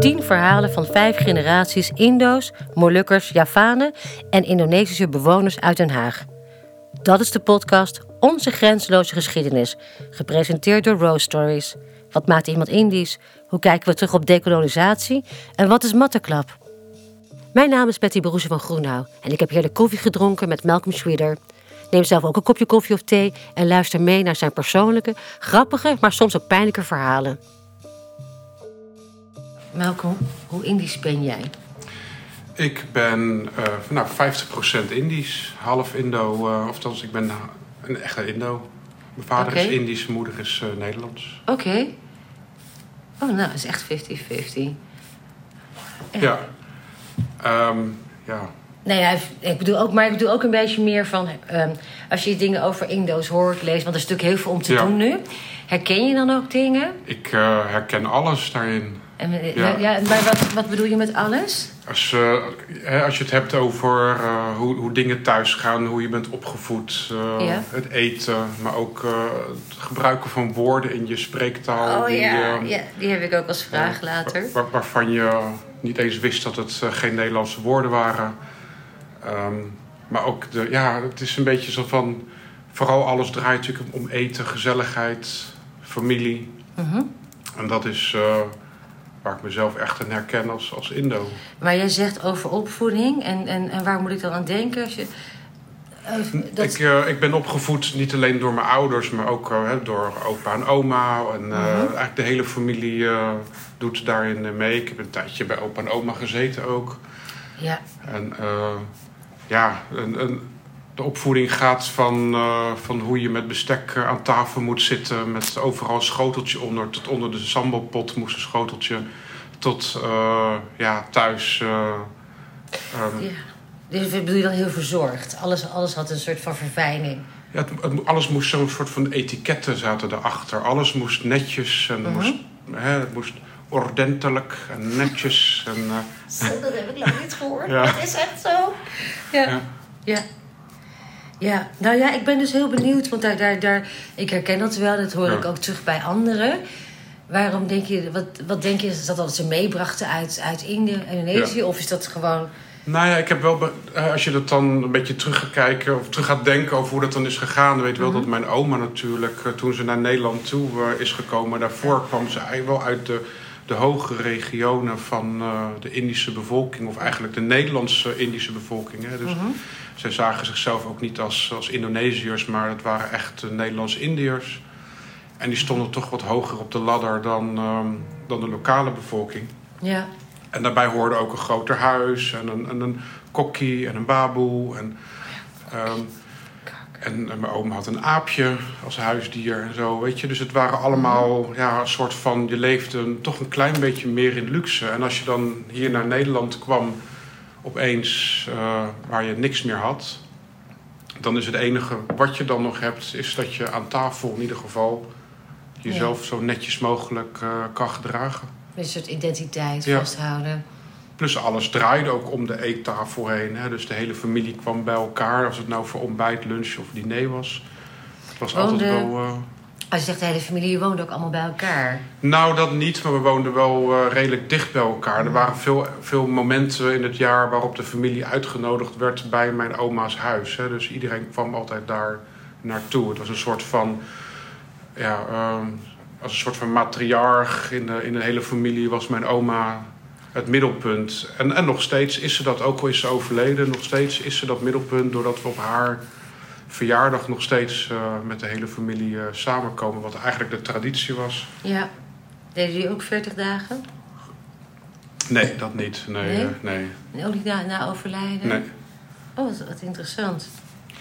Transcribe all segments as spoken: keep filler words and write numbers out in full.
tien verhalen van vijf generaties Indo's, Molukkers, Javanen en Indonesische bewoners uit Den Haag. Dat is de podcast Onze Grenzeloze Geschiedenis, gepresenteerd door Rose Stories. Wat maakt iemand Indisch? Hoe kijken we terug op dekolonisatie? En wat is Matteklap? Mijn naam is Betty Broese van Groenau en ik heb heerlijk koffie gedronken met Malcolm Schwieder. Neem zelf ook een kopje koffie of thee en luister mee naar zijn persoonlijke, grappige, maar soms ook pijnlijke verhalen. Malcolm, hoe Indisch ben jij? Ik ben uh, nou, vijftig procent Indisch, half Indo, uh, of althans ik ben een echte Indo. Mijn vader okay. is Indisch, mijn moeder is uh, Nederlands. Oké. Okay. Oh, nou, dat is echt vijftig vijftig. Ja. Ja. Um, ja. Nou ja, ik bedoel ook, maar ik bedoel ook een beetje meer van... Um, als je dingen over Indo's hoort, leest... want er is natuurlijk heel veel om te ja. doen nu. Herken je dan ook dingen? Ik uh, herken alles daarin. En, ja. Ja, maar wat, wat bedoel je met alles? Als, uh, als je het hebt over uh, hoe, hoe dingen thuis gaan, hoe je bent opgevoed, uh, ja. het eten, maar ook uh, het gebruiken van woorden in je spreektaal. Oh die, ja. Uh, ja, die heb ik ook als vraag uh, later. Waar, waarvan je niet eens wist dat het uh, geen Nederlandse woorden waren. Um, maar ook, de, ja, het is een beetje zo van, vooral alles draait natuurlijk om eten, gezelligheid, familie. Uh-huh. En dat is... Uh, waar ik mezelf echt in herken als, als Indo. Maar jij zegt over opvoeding. En, en, en waar moet ik dan aan denken? Als je, uh, dat... ik, uh, ik ben opgevoed niet alleen door mijn ouders... maar ook uh, door opa en oma. En uh, uh-huh. eigenlijk de hele familie uh, doet daarin mee. Ik heb een tijdje bij opa en oma gezeten ook. Ja. En uh, ja... Een, een, de opvoeding gaat van, uh, van hoe je met bestek aan tafel moet zitten... met overal een schoteltje onder. Tot onder de sambalpot moest een schoteltje. Tot uh, ja, thuis... Uh, um, ja. Dus bedoel je dan heel verzorgd? Alles, alles had een soort van verfijning. Ja, het, het, alles moest zo'n soort van etiketten zaten erachter. Alles moest netjes en uh-huh. moest, hè, het moest ordentelijk en netjes. En, uh, zo, dat heb ik lang niet gehoord. Ja. Dat is echt zo. Ja. Ja. ja. Ja, nou ja, ik ben dus heel benieuwd, want daar, daar, daar, ik herken dat wel, dat hoor ja. ik ook terug bij anderen. Waarom denk je, wat, wat denk je, is dat dat ze meebrachten uit, uit Indië, Indonesië, ja. of is dat gewoon... Nou ja, ik heb wel, als je dat dan een beetje terug gaat kijken, of terug gaat denken over hoe dat dan is gegaan, dan weet je wel mm-hmm. dat mijn oma natuurlijk, toen ze naar Nederland toe uh, is gekomen, daarvoor kwam ze eigenlijk wel uit de, de hogere regionen van uh, de Indische bevolking, of eigenlijk de Nederlandse Indische bevolking. Hè. Dus mm-hmm. zij zagen zichzelf ook niet als, als Indonesiërs, maar het waren echt uh, Nederlands-Indiërs. En die stonden toch wat hoger op de ladder dan, um, dan de lokale bevolking. Ja. En daarbij hoorde ook een groter huis en een, en een kokkie en een baboe. En, um, en, en mijn oom had een aapje als huisdier en zo, weet je. Dus het waren allemaal ja, een soort van... Je leefde toch een klein beetje meer in luxe. En als je dan hier naar Nederland kwam... opeens uh, waar je niks meer had... dan is het enige wat je dan nog hebt... is dat je aan tafel in ieder geval... jezelf ja. zo netjes mogelijk uh, kan gedragen. Een soort identiteit ja. vasthouden. Plus alles draaide ook om de eettafel heen. Hè? Dus de hele familie kwam bij elkaar. Als het nou voor ontbijt, lunch of diner was. Het was woonde, altijd wel... Uh... Als je zegt de hele familie, je woonde ook allemaal bij elkaar? Nou, dat niet. Maar we woonden wel uh, redelijk dicht bij elkaar. Er waren veel, veel momenten in het jaar waarop de familie uitgenodigd werd bij mijn oma's huis. Hè? Dus iedereen kwam altijd daar naartoe. Het was een soort van... Ja, uh, als een soort van matriarch in de, in de hele familie was mijn oma het middelpunt. En, en nog steeds is ze dat, ook al is ze overleden... nog steeds is ze dat middelpunt... doordat we op haar verjaardag nog steeds uh, met de hele familie uh, samenkomen... wat eigenlijk de traditie was. Ja. Deden jullie ook veertig dagen? Nee, dat niet. Nee, nee? Uh, nee. En ook niet na, na overlijden? Nee. Oh, wat, wat interessant.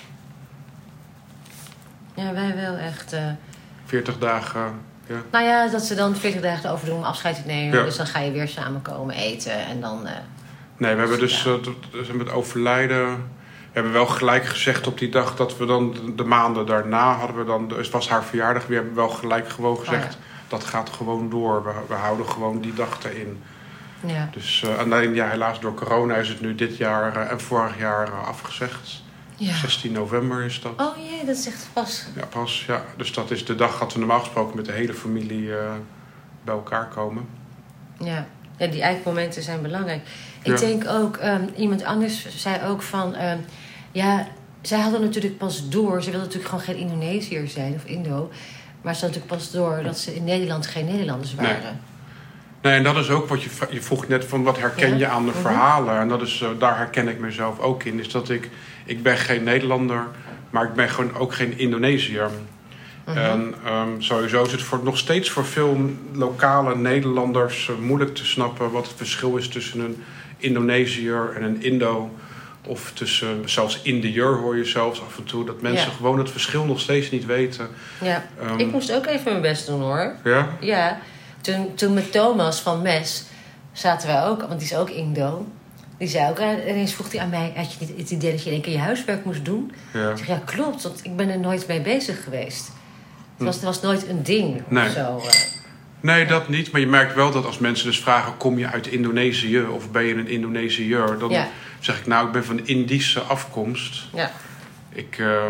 Ja, wij wel echt... Uh... veertig dagen... Ja. Nou ja, dat ze dan veertig dagen over doen om afscheid te nemen. Ja. Dus dan ga je weer samenkomen eten en dan... Uh, nee, we hebben dus uh, met overlijden... We hebben wel gelijk gezegd op die dag dat we dan... De, de maanden daarna hadden we dan... Het was haar verjaardag. We hebben wel gelijk gewoon gezegd... Oh ja. Dat gaat gewoon door. We, we houden gewoon die dag erin. Ja. Dus uh, alleen ja, helaas door corona is het nu dit jaar uh, en vorig jaar uh, afgezegd. Ja. zestien november is dat. Oh jee, dat is echt pas. Ja, pas. Ja. Dus dat is de dag dat we normaal gesproken met de hele familie uh, bij elkaar komen. Ja. Ja, die eikmomenten zijn belangrijk. Ik Ja. denk ook, um, iemand anders zei ook van... Um, ja, zij hadden natuurlijk pas door... Ze wilden natuurlijk gewoon geen Indonesiër zijn of Indo... Maar ze hadden natuurlijk pas door dat ze in Nederland geen Nederlanders waren. Nee. Nee, en dat is ook wat je, je vroeg net van wat herken je Ja. aan de Mm-hmm. verhalen. En dat is, uh, daar herken ik mezelf ook in. Is dat ik, ik ben geen Nederlander, maar ik ben gewoon ook geen Indonesiër. Mm-hmm. En um, sowieso is het voor, nog steeds voor veel lokale Nederlanders uh, moeilijk te snappen wat het verschil is tussen een Indonesiër en een Indo. Of tussen, zelfs Indiër hoor je zelfs af en toe. Dat mensen Ja. gewoon het verschil nog steeds niet weten. Ja, Um, ik moest ook even mijn best doen hoor. Ja? Ja, toen, toen met Thomas van Mes zaten wij ook, want die is ook Indo. Die zei ook, en ineens vroeg hij aan mij... had je niet het idee dat je in één keer je huiswerk moest doen? Ja. Ik zeg, ja klopt, want ik ben er nooit mee bezig geweest. Het Hm. was, het was nooit een ding Nee. of zo. uh. Nee, dat niet. Maar je merkt wel dat als mensen dus vragen... kom je uit Indonesië of ben je een Indonesiër? Dan Ja. zeg ik, nou, ik ben van Indische afkomst. Ja. Ik, uh,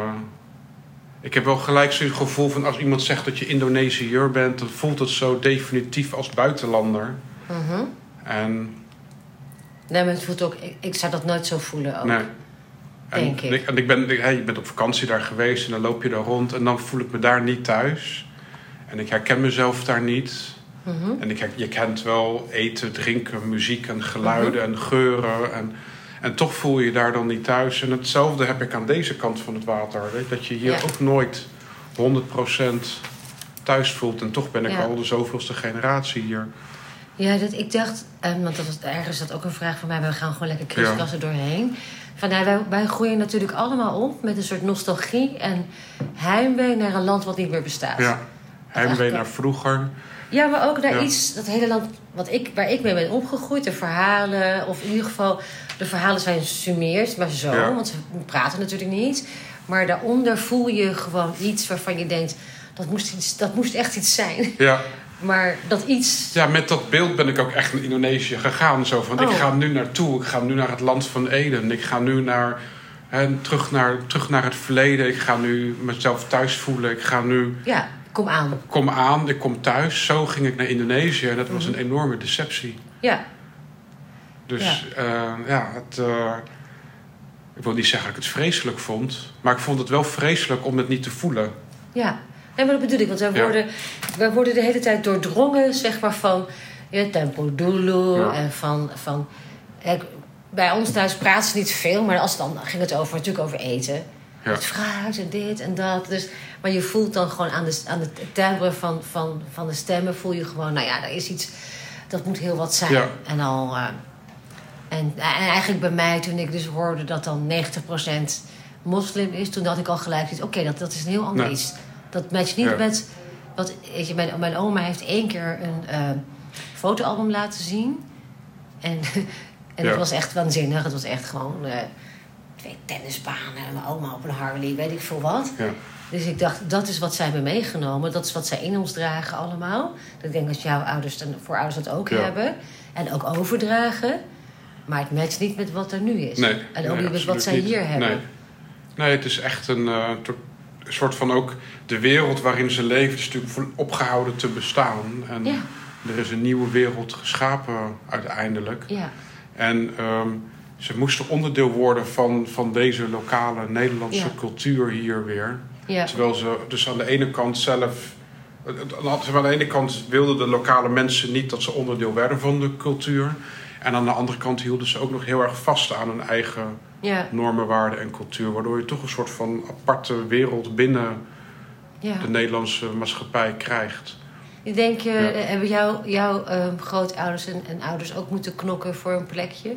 ik heb wel gelijk zo'n gevoel van... als iemand zegt dat je Indonesiër bent... dan voelt het zo definitief als buitenlander. Mm-hmm. En, Nee, maar het voelt ook... Ik, ik zou dat nooit zo voelen ook. nee. En, Denk ik. En ik ben, hey, je bent op vakantie daar geweest en dan loop je daar rond... en dan voel ik me daar niet thuis. En ik herken mezelf daar niet... Mm-hmm. En ik, je kent wel eten, drinken, muziek en geluiden en geuren. En, en toch voel je je daar dan niet thuis. En hetzelfde heb ik aan deze kant van het water. Weet? Dat je hier Ja. ook nooit honderd procent thuis voelt. En toch ben ik Ja. al de zoveelste generatie hier. Ja, dat, ik dacht, um, want dat was ergens dat ook een vraag van mij... we gaan gewoon lekker kriskassen doorheen. Van, nou, wij, wij groeien natuurlijk allemaal op met een soort nostalgie... en heimwee naar een land wat niet meer bestaat. Ja, heimwee eigenlijk- naar vroeger. Ja, maar ook naar Ja. iets, dat hele land wat ik, waar ik mee ben opgegroeid. De verhalen, of in ieder geval... de verhalen zijn summeerd, maar zo. Ja. Want we praten natuurlijk niet. Maar daaronder voel je gewoon iets waarvan je denkt... dat moest, iets, dat moest echt iets zijn. Ja. Maar dat iets... Ja, met dat beeld ben ik ook echt naar Indonesië gegaan. Zo van, Oh. ik ga nu naartoe. Ik ga nu naar het land van Eden. Ik ga nu naar, hè, terug, naar, terug naar het verleden. Ik ga nu mezelf thuis voelen. Ik ga nu... Ja, kom aan. Ik kom aan, ik kom thuis. Zo ging ik naar Indonesië. En dat was een enorme deceptie. Ja, Dus ja, uh, ja het, uh, ik wil niet zeggen dat ik het vreselijk vond. Maar ik vond het wel vreselijk om het niet te voelen. ja. En maar dat bedoel ik, want wij, Ja. worden, wij worden de hele tijd doordrongen, zeg maar, van ja, tempo dulu Ja. en van... van kijk, bij ons thuis praten ze niet veel, maar als dan ging het over, natuurlijk over eten. Ja. Het fruit en dit en dat. Dus, maar je voelt dan gewoon aan de, aan de timbre van, van, van de stemmen... voel je gewoon, nou ja, er is iets... dat moet heel wat zijn. Ja. En, al, uh, en, en eigenlijk bij mij, toen ik dus hoorde dat dan negentig procent moslim is... toen had ik al gelijk iets, oké, okay, dat, dat is een heel ander Nee. iets. Dat matcht niet Ja. met... Wat, weet je, mijn, mijn oma heeft één keer een uh, fotoalbum laten zien. En, en Ja. het was echt waanzinnig. Het was echt gewoon... Uh, twee tennisbanen en mijn oma op een Harley, weet ik veel wat. Ja. Dus ik dacht, dat is wat zij hebben meegenomen. Dat is wat zij in ons dragen allemaal. Ik denk dat jouw ouders en voorouders dat ook Ja. hebben. En ook overdragen. Maar het matcht niet met wat er nu is. Nee, en ook nee, niet met wat absoluut zij niet. hier hebben. Nee. nee, het is echt een, uh, een soort van ook... de wereld waarin ze leven is natuurlijk opgehouden te bestaan. En Ja. er is een nieuwe wereld geschapen uiteindelijk. Ja. En um, ze moesten onderdeel worden van, van deze lokale Nederlandse Ja. cultuur hier weer. Ja. Terwijl ze dus aan de ene kant zelf... Aan de ene kant wilden de lokale mensen niet dat ze onderdeel werden van de cultuur. En aan de andere kant hielden ze ook nog heel erg vast aan hun eigen Ja. normen, waarden en cultuur. Waardoor je toch een soort van aparte wereld binnen Ja. de Nederlandse maatschappij krijgt. Ik denk, uh, Ja. hebben jouw jou, uh, grootouders en, en ouders ook moeten knokken voor een plekje?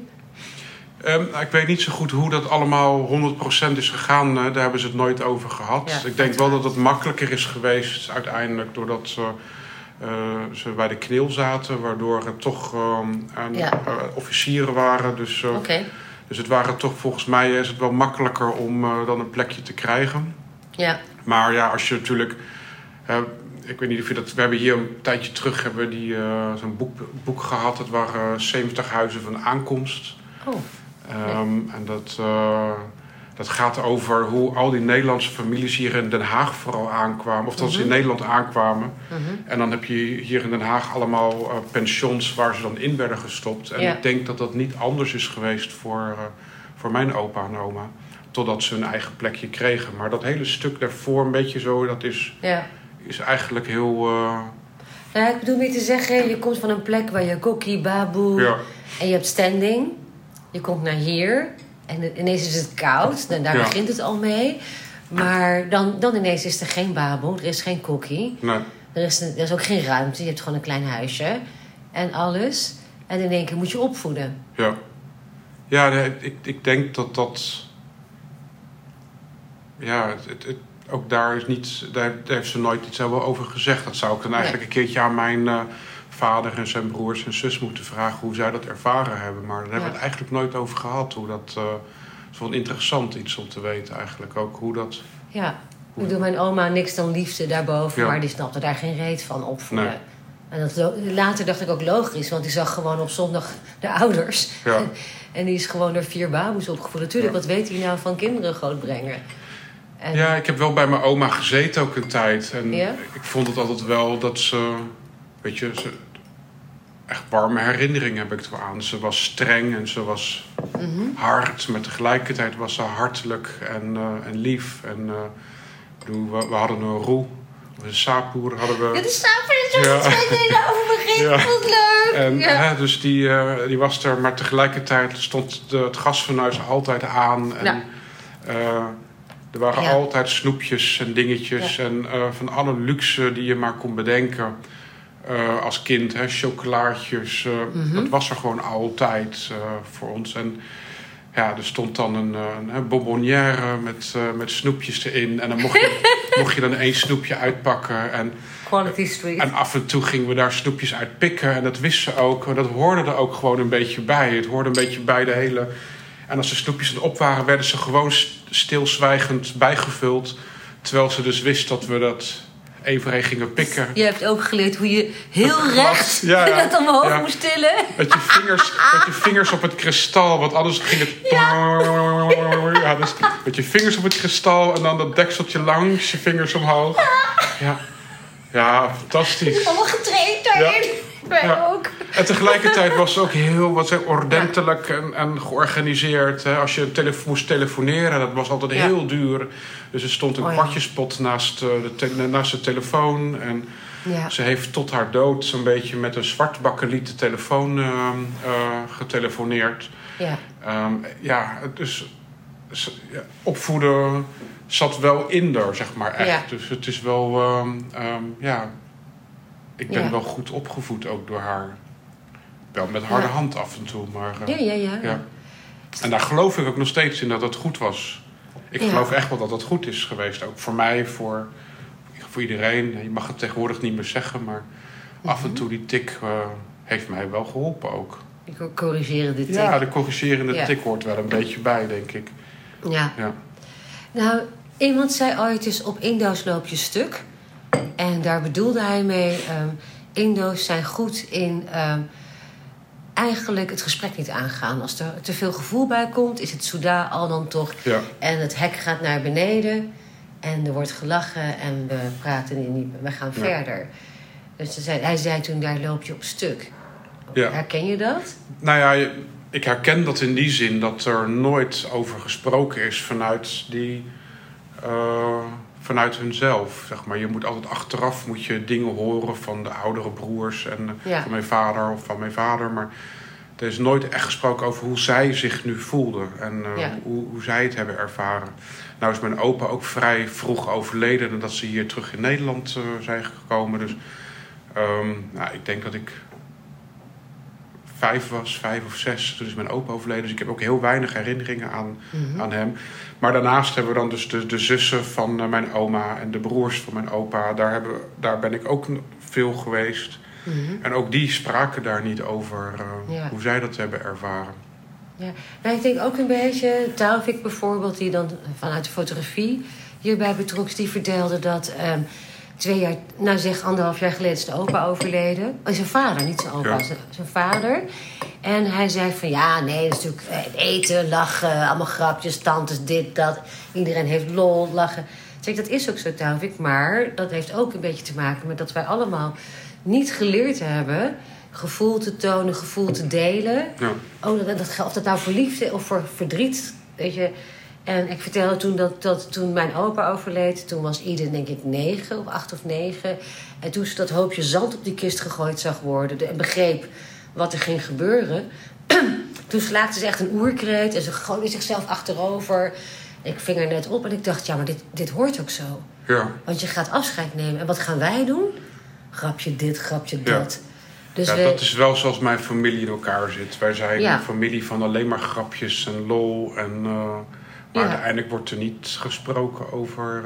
Um, ik weet niet zo goed hoe dat allemaal honderd procent is gegaan. Uh, daar hebben ze het nooit over gehad. Ja, ik denk wel dat het makkelijker is geweest uiteindelijk... doordat ze, uh, ze bij de knil zaten... waardoor het toch um, aan, Ja. uh, officieren waren. Dus, uh, Oké. Okay. dus het waren toch, volgens mij is het wel makkelijker om uh, dan een plekje te krijgen. Ja. Maar ja, als je natuurlijk... Uh, ik weet niet of je dat... We hebben hier een tijdje terug hebben die, uh, zo'n boek, boek gehad. Het waren zeventig huizen van aankomst... Oh. Um, en dat, uh, dat gaat over hoe al die Nederlandse families hier in Den Haag vooral aankwamen. Of dat Mm-hmm. ze in Nederland aankwamen. Mm-hmm. En dan heb je hier in Den Haag allemaal uh, pensions waar ze dan in werden gestopt. En Ja. ik denk dat dat niet anders is geweest voor, uh, voor mijn opa en oma. Totdat ze hun eigen plekje kregen. Maar dat hele stuk daarvoor, een beetje zo, dat is, Ja. is eigenlijk heel... Uh, Nou, ik bedoel meer te zeggen, je komt van een plek waar je kokkie, baboe ja, en je hebt standing. Je komt naar hier en ineens is het koud. En daar Ja. begint het al mee. Maar dan, dan ineens is er geen baboe, er is geen kokkie. nee. Er is, er is ook geen ruimte, je hebt gewoon een klein huisje. En alles. En in één keer moet je opvoeden. Ja, ja nee, ik, ik denk dat dat... Ja, het, het, het- ook daar is niet... Daar, daar heeft ze nooit iets over gezegd. Dat zou ik dan eigenlijk een keertje aan mijn uh, vader en zijn broers en zus moeten vragen... hoe zij dat ervaren hebben. Maar daar hebben we Ja. het eigenlijk nooit over gehad. Hoe dat... Uh, het is wel interessant iets om te weten eigenlijk ook. Hoe dat... Ja, ik bedoel, mijn oma niks dan liefde daarboven. Ja. Maar die snapte daar geen reet van opvoeden. Nee. En dat, lo- later dacht ik ook logisch. Want die zag gewoon op zondag de ouders. Ja. En die is gewoon door vier baboes opgevoed. Natuurlijk, Ja. wat weet hij nou van kinderen grootbrengen? En, Ja, ik heb wel bij mijn oma gezeten ook een tijd. En Ja? ik vond het altijd wel dat ze... Weet je, ze, echt warme herinneringen heb ik er wel aan. Ze was streng en ze was Mhm. hard. Maar tegelijkertijd was ze hartelijk en, uh, en lief. En uh, ik bedoel, we, we hadden een roe. Een saapboer hadden we. Ja, de saper is zo Ja. dat je erover begint. Ja. Wat leuk. En, ja. hè, dus die, uh, die was er, maar tegelijkertijd stond de, het gasfornuis altijd aan. En, Ja. uh, er waren Ja. altijd snoepjes en dingetjes. Ja. En uh, van alle luxe die je maar kon bedenken. Uh, als kind, hè, chocolaatjes. Uh, Mhm. Dat was er gewoon altijd uh, voor ons. En ja, er stond dan een, een, een bonbonnière met, uh, met snoepjes erin. En dan mocht je, mocht je dan één snoepje uitpakken. En Quality Street. en af en toe gingen we daar snoepjes uit pikken. En dat wist ze ook. En dat hoorde er ook gewoon een beetje bij. Het hoorde een beetje bij de hele... En als de snoepjes op waren, werden ze gewoon stilzwijgend bijgevuld. Terwijl ze dus wist dat we dat even gingen pikken. Je hebt ook geleerd hoe je heel Het recht glas, ja, ja. dat omhoog Ja. moest tillen. Met je, vingers, met je vingers op het kristal. Want anders ging het... Ja, dus met je vingers op het kristal. En dan dat dekseltje langs je vingers omhoog. Ja, ja fantastisch. Allemaal getraind daarin. Wij Ja. ook. En tegelijkertijd was het ook heel wat zeg, ordentelijk en, en georganiseerd. Hè. Als je tele- moest telefoneren, dat was altijd Ja. heel duur. Dus er stond een Oh ja. kwartjespot naast, uh, de te- naast de telefoon. En Ja. ze heeft tot haar dood zo'n beetje met een zwart bakkelieten telefoon uh, uh, getelefoneerd. Ja. Um, ja, dus s- ja, opvoeden zat wel in er, zeg maar, echt. Ja. Dus het is wel, um, um, ja... Ik ben Ja. wel goed opgevoed ook door haar. Wel met harde Ja. hand af en toe, maar... uh, Ja, ja, ja. ja. En daar geloof ik ook nog steeds in dat het goed was. Ik Ja. geloof echt wel dat het goed is geweest. Ook voor mij, voor, voor iedereen. Je mag het tegenwoordig niet meer zeggen, maar af en toe die tik uh, heeft mij wel geholpen ook. Ik wil corrigeren dit Ja, tik. de corrigerende Ja. tik hoort wel een beetje bij, denk ik. Ja. Ja. Nou, iemand zei ooit eens op Indo's loop je stuk. En daar bedoelde hij mee... Um, Indo's zijn goed in um, eigenlijk het gesprek niet aangaan. Als er te veel gevoel bij komt, is het soeda al dan toch. Ja. En het hek gaat naar beneden. En er wordt gelachen en we praten in die, we gaan Ja. verder. Dus hij zei, hij zei toen, daar loop je op stuk. Ja. Herken je dat? Nou ja, je- ik herken dat in die zin dat er nooit over gesproken is vanuit die... Uh, vanuit hunzelf, zeg maar. Je moet altijd achteraf moet je dingen horen van de oudere broers en uh, Ja. van mijn vader of van mijn vader. Maar er is nooit echt gesproken over hoe zij zich nu voelden en uh, Ja. hoe, hoe zij het hebben ervaren. Nou is mijn opa ook vrij vroeg overleden nadat ze hier terug in Nederland uh, zijn gekomen. Dus um, nou, ik denk dat ik vijf was, vijf of zes. Toen is mijn opa overleden. Dus ik heb ook heel weinig herinneringen aan, Mhm. aan hem. Maar daarnaast hebben we dan dus de, de zussen van uh, mijn oma en de broers van mijn opa. Daar, hebben, we- daar ben ik ook veel geweest. Mhm. En ook die spraken daar niet over uh, Ja. hoe zij dat hebben ervaren. Ja, nou, ik denk ook een beetje, Taufik bijvoorbeeld, die dan vanuit de fotografie hierbij betrok, die vertelde dat ehm, twee jaar, nou zeg anderhalf jaar geleden is de opa overleden. Oh, zijn vader, niet zijn opa, Ja. zijn, zijn vader. En hij zei van ja, nee, dat is natuurlijk eten, lachen, allemaal grapjes, tantes, dit, dat. Iedereen heeft lol, lachen. Zeg, dat is ook zo, Taufik, maar dat heeft ook een beetje te maken met dat wij allemaal niet geleerd hebben gevoel te tonen, gevoel te delen. Ja. Oh, dat, dat, of dat nou voor liefde of voor verdriet, weet je. En ik vertelde toen dat, dat toen mijn opa overleed, toen was Iden denk ik negen of acht of negen. En toen ze dat hoopje zand op die kist gegooid zag worden en begreep wat er ging gebeuren, toen slaakte ze echt een oerkreet en ze gooide zichzelf achterover. Ik ving er net op en ik dacht, ja, maar dit, dit hoort ook zo. Ja. Want je gaat afscheid nemen. En wat gaan wij doen? Grapje dit, grapje Ja. dat. Dus ja, we... dat is wel zoals mijn familie in elkaar zit. Wij zijn Ja. een familie van alleen maar grapjes en lol. En, uh, maar Ja. uiteindelijk wordt er niet gesproken over... Uh,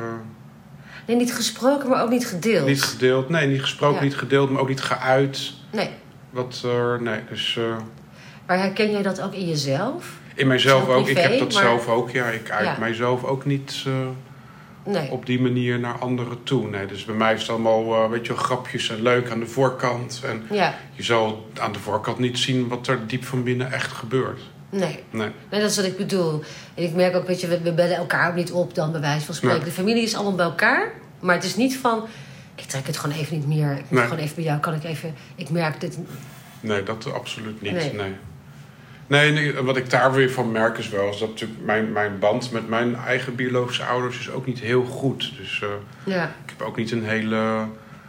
Nee, niet gesproken, maar ook niet gedeeld. niet gedeeld. Nee, niet gesproken, Ja. niet gedeeld, maar ook niet geuit. Nee. Wat, uh, nee, dus... Uh, Maar herken jij dat ook in jezelf? in mijzelf Zo ook. Ik privé, heb dat maar- zelf ook. Ja, ik uit Ja. mijzelf ook niet uh, Nee. op die manier naar anderen toe. Nee, dus bij mij is het allemaal uh, weet je, wel, grapjes en leuk aan de voorkant. En Ja. je zal aan de voorkant niet zien wat er diep van binnen echt gebeurt. Nee. Nee. Nee, dat is wat ik bedoel. En ik merk ook, weet je, we, we bellen elkaar ook niet op dan bij wijze van spreken. Nee. De familie is allemaal bij elkaar. Maar het is niet van, ik trek het gewoon even niet meer. Ik moet Nee. gewoon even bij jou, kan ik even... Ik merk dit... Nee, dat absoluut niet. Nee. Nee. Nee, nee, wat ik daar weer van merk is wel... is dat natuurlijk mijn, mijn band met mijn eigen biologische ouders is ook niet heel goed. Dus uh, Ja. ik heb ook niet een hele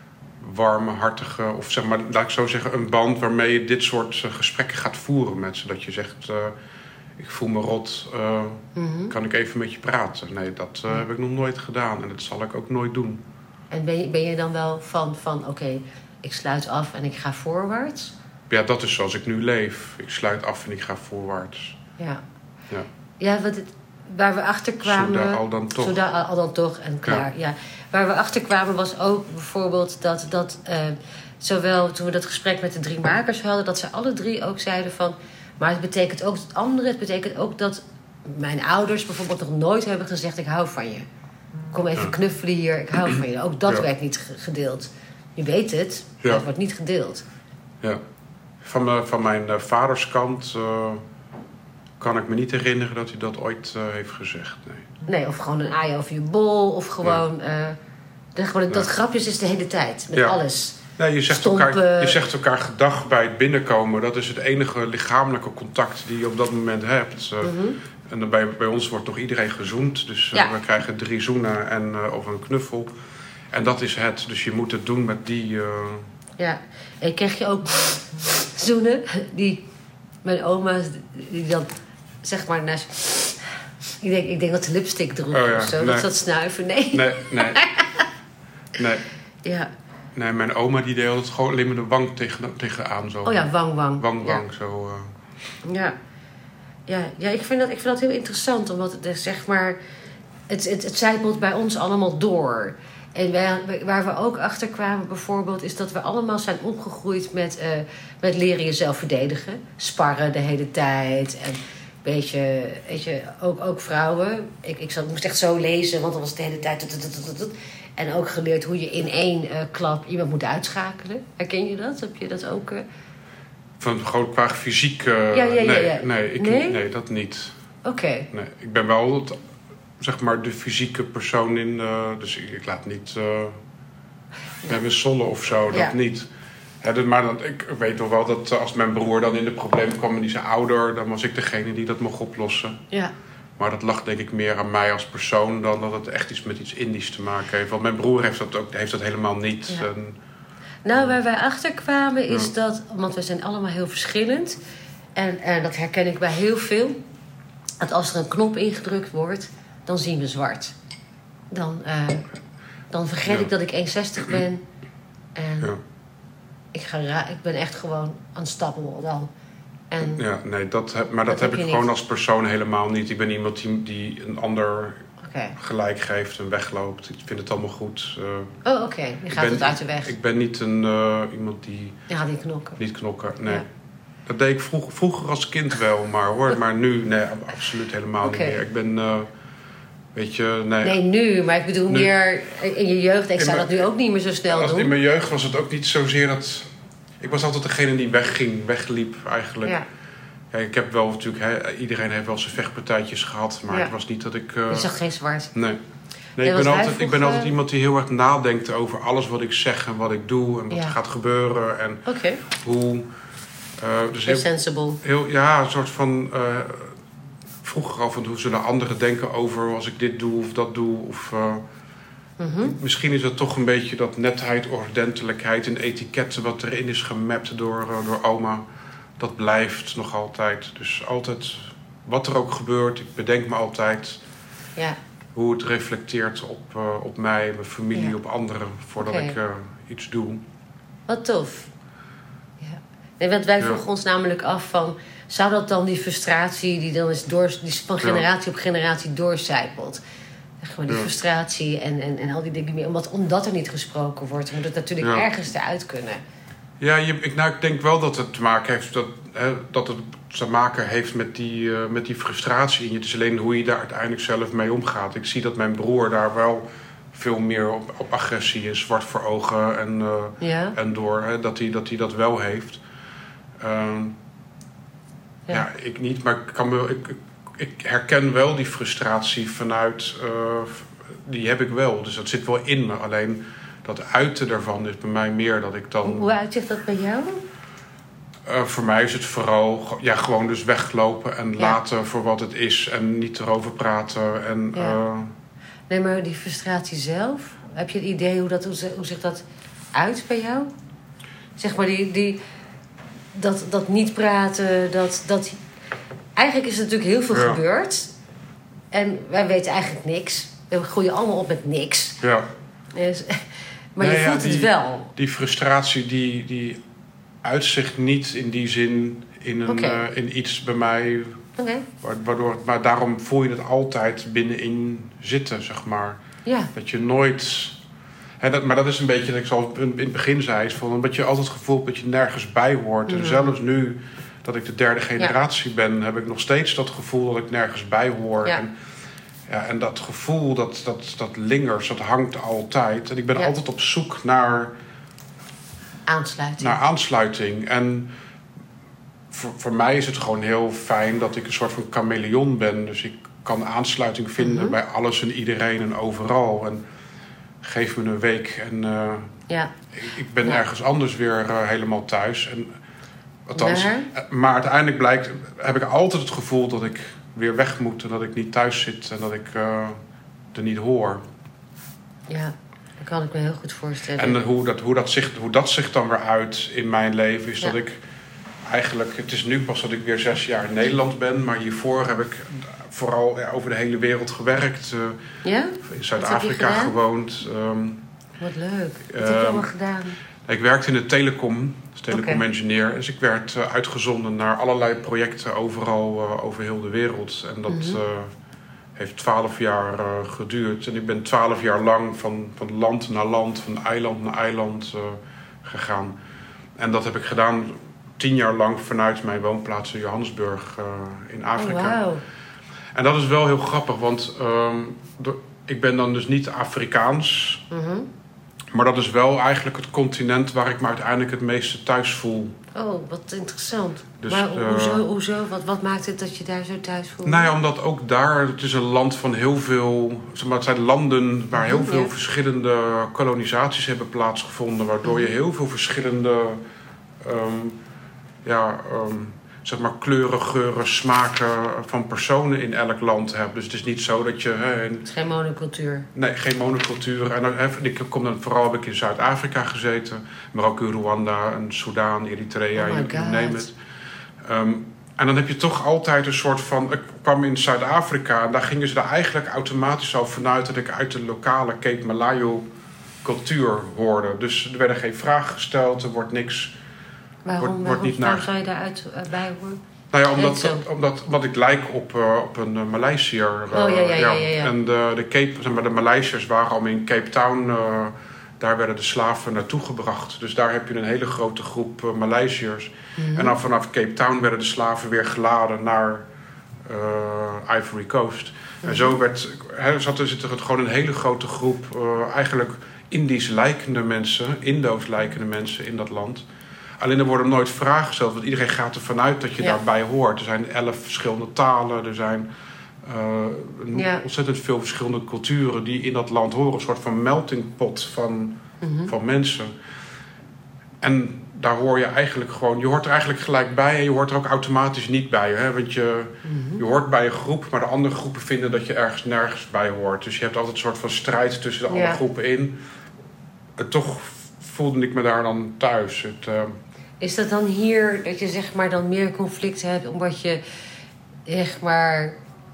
warme, hartige... of zeg maar, laat ik zo zeggen, een band waarmee je dit soort uh, gesprekken gaat voeren met ze. Dat je zegt, uh, ik voel me rot, uh, Mhm. kan ik even met je praten? Nee, dat uh, heb ik nog nooit gedaan en dat zal ik ook nooit doen. En ben je, ben je dan wel van, van oké, okay, ik sluit af en ik ga voorwaarts? Ja, dat is zoals ik nu leef. Ik sluit af en ik ga voorwaarts. Ja. Ja. Ja, wat het, waar we achter kwamen... Zodat al dan toch. Zodat al, al dan toch en klaar, ja. ja. Waar we achter kwamen was ook bijvoorbeeld dat... dat uh, zowel toen we dat gesprek met de drie makers hadden... dat ze alle drie ook zeiden van... maar het betekent ook het andere. Het betekent ook dat mijn ouders bijvoorbeeld nog nooit hebben gezegd... ik hou van je. Kom even Ja. knuffelen hier, ik hou van je. Ook dat Ja. werd niet gedeeld. Je weet het, maar Ja. het wordt niet gedeeld. Ja. Van, me, van mijn uh, vaderskant uh, kan ik me niet herinneren dat hij dat ooit uh, heeft gezegd. Nee. Nee, of gewoon een aai over je bol. Of gewoon... Uh, de, gewoon dat Ja. grapjes is de hele tijd. Met Ja. alles. Nee, je, zegt Stompen. elkaar, je zegt elkaar gedag bij het binnenkomen. Dat is het enige lichamelijke contact die je op dat moment hebt. Uh, Mm-hmm. En dan bij, bij ons wordt toch iedereen gezoend. Dus uh, Ja. we krijgen drie zoenen en, uh, of een knuffel. En dat is het. Dus je moet het doen met die... Uh... Ja. En kreeg je ook zoenen. Die... Mijn oma, die dan... Zeg maar naast... Ik denk, ik denk dat ze lipstick droeg Oh ja, of zo. nee. Dat ze dat snuiven. Nee. Nee, nee. nee. Ja. Nee, mijn oma die deed altijd gewoon alleen maar de wang tegen, tegenaan. Zo. Oh ja, wang, wang. Wang, Ja. wang, zo... Uh... Ja, ja, ja ik, vind dat, ik vind dat heel interessant, omdat het dus, zeg maar, het, het, het zijpelt bij ons allemaal door. En wij, waar we ook achter kwamen bijvoorbeeld, is dat we allemaal zijn opgegroeid met, uh, met leren jezelf verdedigen. Sparren de hele tijd. En een beetje, weet je, ook, ook vrouwen. Ik, ik zat, moest echt zo lezen, want dan was het de hele tijd... tut, tut, tut, tut. En ook geleerd hoe je in één uh, klap iemand moet uitschakelen. Herken je dat? Heb je dat ook... Uh... Van gewoon qua fysiek... Uh, Ja, ja, ja, nee, ja. Nee, ik, Nee? nee, dat niet. Oké. Okay. Nee, ik ben wel het, zeg maar de fysieke persoon in... Uh, dus ik, ik laat niet... Uh, bij me zollen of zo, dat Ja. niet. Ja, dat, maar dat, ik weet nog wel dat als mijn broer dan in de problemen kwam... en die zijn ouder, dan was ik degene die dat mocht oplossen. Ja. Maar dat lag denk ik meer aan mij als persoon... dan dat het echt iets met iets Indisch te maken heeft. Want mijn broer heeft dat, ook, heeft dat helemaal niet. Ja. En, Nou, waar wij achter kwamen is Ja. dat... Want we zijn allemaal heel verschillend. En, en dat herken ik bij heel veel. Dat als er een knop ingedrukt wordt, dan zien we zwart. Dan, uh, dan vergeet Ja. ik dat ik één zestig ben. En ja. ik, ga ra- ik ben echt gewoon unstoppable dan. En, Ja, nee, dat heb, maar dat, Dat heb heb ik je gewoon niet. als persoon helemaal niet. Ik ben iemand die, die een ander Oké. gelijk geeft en wegloopt. Ik vind het allemaal goed. Uh, Oh, oké. Je ik gaat ben- het uit de weg. Ik ben niet een, uh, iemand die Je gaat niet knokken. niet knokken. Nee. Ja. Dat deed ik vroeg, vroeger als kind wel, maar hoor, maar nu nee, absoluut helemaal Oké. niet meer. Ik ben, uh, Weet je, nee. Nee, nu, maar ik bedoel nu, meer in je jeugd. Ik zou dat nu ook niet meer zo snel als, doen. In mijn jeugd was het ook niet zozeer dat... Ik was altijd degene die wegging, wegliep eigenlijk. Ja. Ja, ik heb wel natuurlijk... Hè, iedereen heeft wel zijn vechtpartijtjes gehad, maar ja. het was niet dat ik... Uh... Je zag geen zwart. Nee. Nee, ik ben, altijd, ik ben altijd iemand die heel erg nadenkt over alles wat ik zeg en wat ik doe en wat ja. er gaat gebeuren. En okay. hoe... Uh, dus heel, sensible. Heel, ja, een soort van... Uh, vroeger al van hoe zullen anderen denken over als ik dit doe of dat doe. Of, uh, mm-hmm. Misschien is het toch een beetje dat netheid, ordentelijkheid en etiketten wat erin is gemapt door, uh, door oma. Dat blijft nog altijd. Dus altijd, wat er ook gebeurt, ik bedenk me altijd... Ja. Hoe het reflecteert op, uh, op mij, mijn familie, ja. op anderen, voordat okay. ik uh, iets doe. Wat tof. Ja. Nee, want wij ja. vroegen ons namelijk af van... zou dat dan die frustratie die dan is door, die van generatie ja. op generatie doorcijpelt... Gewoon die ja. frustratie en, en, en al die dingen meer... Omdat, omdat er niet gesproken wordt, moet het natuurlijk ja. ergens eruit kunnen. Ja, je, ik, nou, ik denk wel dat het te maken heeft... dat, hè, dat het te maken heeft met die, uh, met die frustratie in je. Het is alleen hoe je daar uiteindelijk zelf mee omgaat. Ik zie dat mijn broer daar wel veel meer op, op agressie en zwart voor ogen en, uh, ja. en door. Hè, dat hij dat, dat wel heeft. Uh, ja. ja, ik niet, maar ik, kan me, ik, ik herken wel die frustratie vanuit... Uh, die heb ik wel, dus dat zit wel in me. Alleen dat uiten daarvan is bij mij meer dat ik dan... Hoe uitzicht dat bij jou? Uh, voor mij is het vooral ja, gewoon dus weglopen en ja. laten voor wat het is en niet erover praten. En, ja. uh... Nee, maar die frustratie zelf, heb je het idee hoe, dat, hoe zich dat uit bij jou? Zeg maar die, die, dat, dat niet praten, dat, dat... Eigenlijk is er natuurlijk heel veel ja. gebeurd. En wij weten eigenlijk niks. We groeien allemaal op met niks. Ja. Dus, maar nee, je voelt ja, die, het wel. Die frustratie, die... die uitzicht niet in die zin in, een, okay. uh, in iets bij mij. Okay. Waardoor, maar daarom voel je het altijd binnenin zitten, zeg maar. Ja. Dat je nooit... Hè, dat, maar dat is een beetje, dat ik zoals in het begin zei... Is van, omdat je altijd het gevoel hebt dat je nergens bij hoort. Mm. En zelfs nu dat ik de derde generatie ja. ben... heb ik nog steeds dat gevoel dat ik nergens bij hoor. Ja. En, ja, en dat gevoel, dat, dat, dat lingers, dat hangt altijd. En ik ben ja. altijd op zoek naar... Aansluiting. Naar aansluiting. En voor, voor mij is het gewoon heel fijn dat ik een soort van chameleon ben. Dus ik kan aansluiting vinden mm-hmm. bij alles en iedereen en overal. En geef me een week en uh, ja. ik, ik ben ja. ergens anders weer uh, helemaal thuis. En, althans, maar... maar uiteindelijk blijkt, heb ik altijd het gevoel dat ik weer weg moet. En dat ik niet thuis zit en dat ik uh, er niet hoor. Ja. Dat kan ik me heel goed voorstellen. En hoe dat, hoe dat, zich, hoe dat zich dan weer uit in mijn leven is ja. dat ik eigenlijk... Het is nu pas dat ik weer zes jaar in Nederland ben. Maar hiervoor heb ik vooral ja, over de hele wereld gewerkt. Uh, ja? In Zuid-Afrika gewoond. Um, Wat leuk. Wat um, heb je allemaal gedaan? Ik werkte in de telecom. Als telecom-engineer. Okay. Dus ik werd uh, uitgezonden naar allerlei projecten overal uh, over heel de wereld. En dat... Mm-hmm. Uh, heeft twaalf jaar uh, geduurd. En ik ben twaalf jaar lang van, van land naar land, van eiland naar eiland uh, gegaan. En dat heb ik gedaan tien jaar lang vanuit mijn woonplaats in Johannesburg uh, in Afrika. Oh, wow. En dat is wel heel grappig, want um, de, ik ben dan dus niet Afrikaans. Mm-hmm. Maar dat is wel eigenlijk het continent waar ik me uiteindelijk het meeste thuis voel. Oh, wat interessant. Dus, maar uh, hoezo? hoezo? Wat, wat maakt het dat je daar zo thuis voelt? Nou ja, omdat ook daar... Het is een land van heel veel... Zeg maar, het zijn landen waar heel veel ja. verschillende kolonisaties hebben plaatsgevonden. Waardoor je heel veel verschillende... Um, ja, um, zeg maar kleuren, geuren, smaken van personen in elk land hebt. Dus het is niet zo dat je... Hè, in... Het is geen monocultuur. Nee, geen monocultuur. En hè, ik kom dan, vooral heb ik in Zuid-Afrika gezeten. Maar ook in Rwanda en Sudan, Eritrea, oh you name it. Um, en dan heb je toch altijd een soort van... Ik kwam in Zuid-Afrika en daar gingen ze er eigenlijk automatisch al vanuit... dat ik uit de lokale Cape Malayo cultuur hoorde. Dus er werden geen vragen gesteld, er wordt niks... Waarom, wordt, waarom, wordt niet waarom naar... zou je daaruit uh, bij horen? Nou ja, omdat, dat, omdat, omdat ik lijk op, uh, op een uh, Maleisiër. Uh, oh ja, ja, ja. ja, ja. En de, de, Cape, zeg maar, de Maleisiërs waren al in Cape Town... Uh, daar werden de slaven naartoe gebracht. Dus daar heb je een hele grote groep uh, Maleisiërs. Mm-hmm. En dan vanaf Cape Town werden de slaven weer geladen naar uh, Ivory Coast. Mm-hmm. En zo werd, he, zat er, zit er gewoon een hele grote groep uh, eigenlijk Indisch lijkende mensen, Indo's lijkende mensen in dat land. Alleen er worden nooit vragen gesteld, want iedereen gaat ervan uit dat je ja. daarbij hoort. Er zijn elf verschillende talen, er zijn uh, ja. ontzettend veel verschillende culturen die in dat land horen. Een soort van melting pot van, mm-hmm. van mensen. En daar hoor je eigenlijk gewoon, je hoort er eigenlijk gelijk bij en je hoort er ook automatisch niet bij. Hè? Want je, mm-hmm. je hoort bij een groep, maar de andere groepen vinden dat je ergens nergens bij hoort. Dus je hebt altijd een soort van strijd tussen de ja. andere groepen in. En toch voelde ik me daar dan thuis. Het, uh... Is dat dan hier dat je zeg maar dan meer conflicten hebt omdat je zeg maar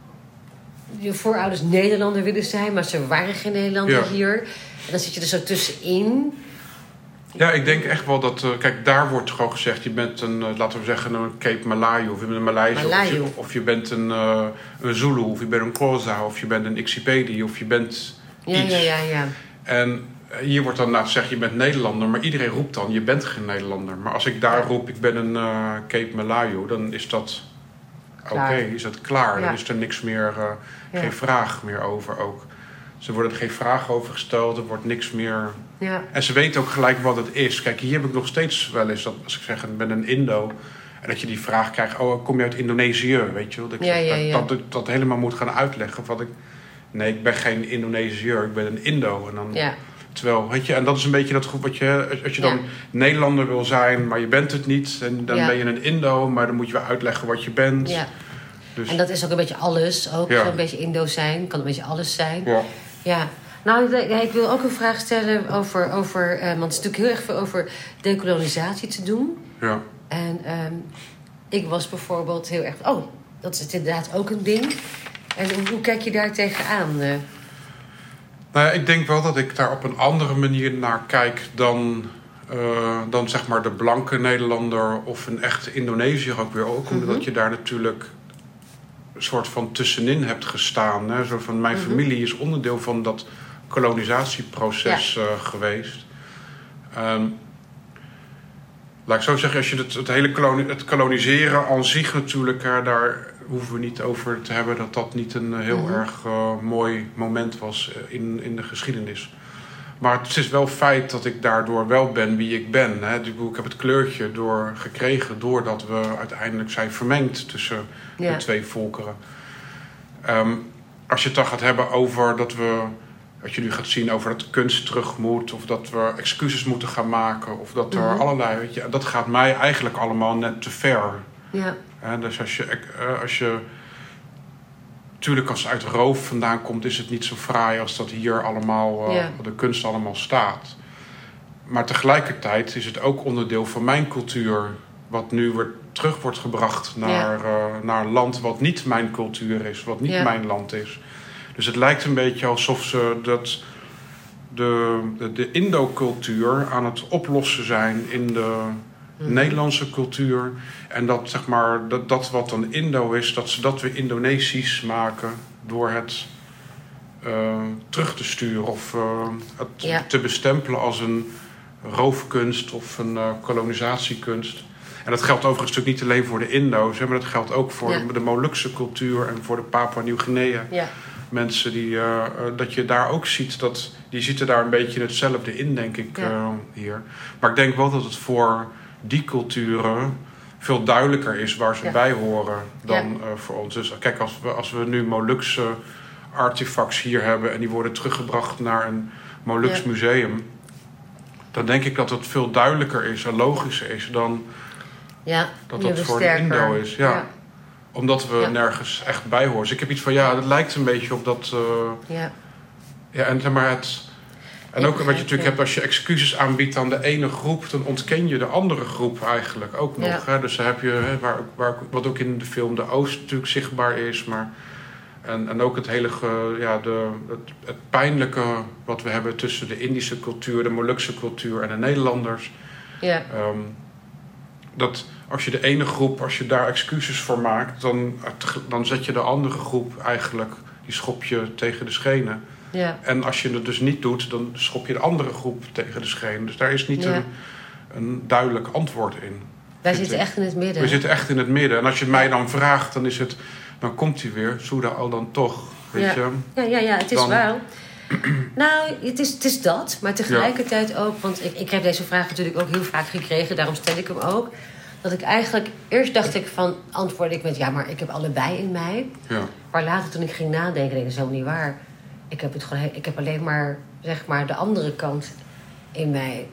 je voorouders Nederlander willen zijn, maar ze waren geen Nederlander ja. hier. En dan zit je er zo tussenin. Ja, ik denk echt wel dat... Uh, kijk, daar wordt gewoon gezegd... je bent een, uh, laten we zeggen, een Cape Malayu... of je bent een Maleisië... Of je, of je bent een, uh, een Zulu... of je bent een Xhosa... of je bent een Xipedi... of je bent ja, iets. Ja, ja, ja. En hier wordt dan nou gezegd... je bent Nederlander... maar iedereen roept dan... je bent geen Nederlander. Maar als ik daar roep... ik ben een uh, Cape Malayu... dan is dat... oké, okay, is dat klaar. Ja. Dan is er niks meer... Uh, ja. geen vraag meer over ook. Er worden geen vragen over gesteld. Er wordt niks meer... Ja. En ze weten ook gelijk wat het is. Kijk, hier heb ik nog steeds wel eens... dat als ik zeg, ik ben een Indo... en dat je die vraag krijgt... oh, kom je uit Indonesië? Weet je wel? Dat ik, ja, zeg, ja, ja. Dat, dat ik dat helemaal moet gaan uitleggen. Wat ik, nee, ik ben geen Indonesiër. Ik ben een Indo. En dan, ja. Terwijl, weet je... En dat is een beetje dat wat je... Als je dan ja. Nederlander wil zijn... maar je bent het niet... en dan ja. ben je een Indo... maar dan moet je wel uitleggen wat je bent. Ja. Dus, en dat is ook een beetje alles. Ook ja. een beetje Indo zijn. Kan een beetje alles zijn. Ja. Ja. Nou, ik wil ook een vraag stellen over... over uh, want het is natuurlijk heel erg veel over dekolonisatie te doen. Ja. En um, ik was bijvoorbeeld heel erg... Oh, dat is inderdaad ook een ding. En hoe, hoe kijk je daar tegenaan? Uh? Nou ja, ik denk wel dat ik daar op een andere manier naar kijk... dan, uh, dan zeg maar de blanke Nederlander of een echte Indonesiër ook weer. Ook omdat mm-hmm. je daar natuurlijk... een soort van tussenin hebt gestaan. Hè? Zo van, mijn mm-hmm. familie is onderdeel van dat... kolonisatieproces ja. uh, geweest. Um, laat ik zo zeggen, als je het, het hele koloni- het koloniseren aan zich natuurlijk, uh, daar hoeven we niet over te hebben dat dat niet een heel mm-hmm. erg uh, mooi moment was in, in de geschiedenis. Maar het is wel feit dat ik daardoor wel ben wie ik ben. Hè. Ik heb het kleurtje door gekregen doordat we uiteindelijk zijn vermengd tussen ja. de twee volkeren. Um, als je het dan gaat hebben over dat we... wat je nu gaat zien over dat de kunst terug moet... of dat we excuses moeten gaan maken... of dat er mm-hmm. allerlei... Weet je, dat gaat mij eigenlijk allemaal net te ver. Ja. En dus als je... Als je natuurlijk als het uit roof vandaan komt... is het niet zo fraai als dat hier allemaal... Uh, ja. de kunst allemaal staat. Maar tegelijkertijd is het ook onderdeel van mijn cultuur... wat nu weer terug wordt gebracht naar, ja. uh, naar een land... wat niet mijn cultuur is, wat niet ja. mijn land is... Dus het lijkt een beetje alsof ze dat de, de, de Indo-cultuur aan het oplossen zijn in de mm. Nederlandse cultuur. En dat, zeg maar, dat, dat wat dan Indo is, dat ze dat weer Indonesisch maken door het uh, terug te sturen of uh, het ja. te bestempelen als een roofkunst of een uh, kolonisatiekunst. En dat geldt overigens natuurlijk niet alleen voor de Indo's, hè, maar dat geldt ook voor ja. de, de Molukse cultuur en voor de Papua Nieuw-Guinea. Ja. Mensen die, uh, dat je daar ook ziet, dat, die zitten daar een beetje hetzelfde in, denk ik, ja. uh, hier. Maar ik denk wel dat het voor die culturen veel duidelijker is waar ze ja. bij horen dan ja. uh, voor ons. Dus kijk, als we, als we nu Molukse artefacts hier hebben en die worden teruggebracht naar een Moluks ja. museum, dan denk ik dat het veel duidelijker is en logischer is dan ja, dat dat voor een Indo is. Ja. Ja. Omdat we ja. nergens echt bij horen. Dus ik heb iets van, ja, dat lijkt een beetje op dat... Uh, ja. Ja, en zeg maar het... En ook wat je natuurlijk hebt, als je excuses aanbiedt aan de ene groep, dan ontken je de andere groep eigenlijk ook nog. Ja. Hè? Dus dan heb je, hè, waar, waar, wat ook in de film De Oost natuurlijk zichtbaar is, maar... En, en ook het hele, ja, de, het, het pijnlijke wat we hebben tussen de Indische cultuur, de Molukse cultuur en de Nederlanders. Ja. Um, dat als je de ene groep, als je daar excuses voor maakt, dan, dan zet je de andere groep eigenlijk, die schop je tegen de schenen. Ja. En als je het dus niet doet, dan schop je de andere groep tegen de schenen. Dus daar is niet ja. een, een duidelijk antwoord in. Wij zitten ik. echt in het midden. We zitten echt in het midden. En als je het mij dan vraagt, dan is het... Dan komt hij weer, Souda al dan toch. Weet ja. je? Ja, ja, ja, het is Dan... waar. Nou, het is, het is dat. Maar tegelijkertijd ja. ook... Want ik, ik heb deze vraag natuurlijk ook heel vaak gekregen. Daarom stel ik hem ook. Dat ik eigenlijk... Eerst dacht ik van... Antwoordde ik met... Ja, maar ik heb allebei in mij. Ja. Maar later toen ik ging nadenken... Denk ik, dat is helemaal niet waar. Ik heb, het gewoon, ik heb alleen maar... Zeg maar de andere kant in mij.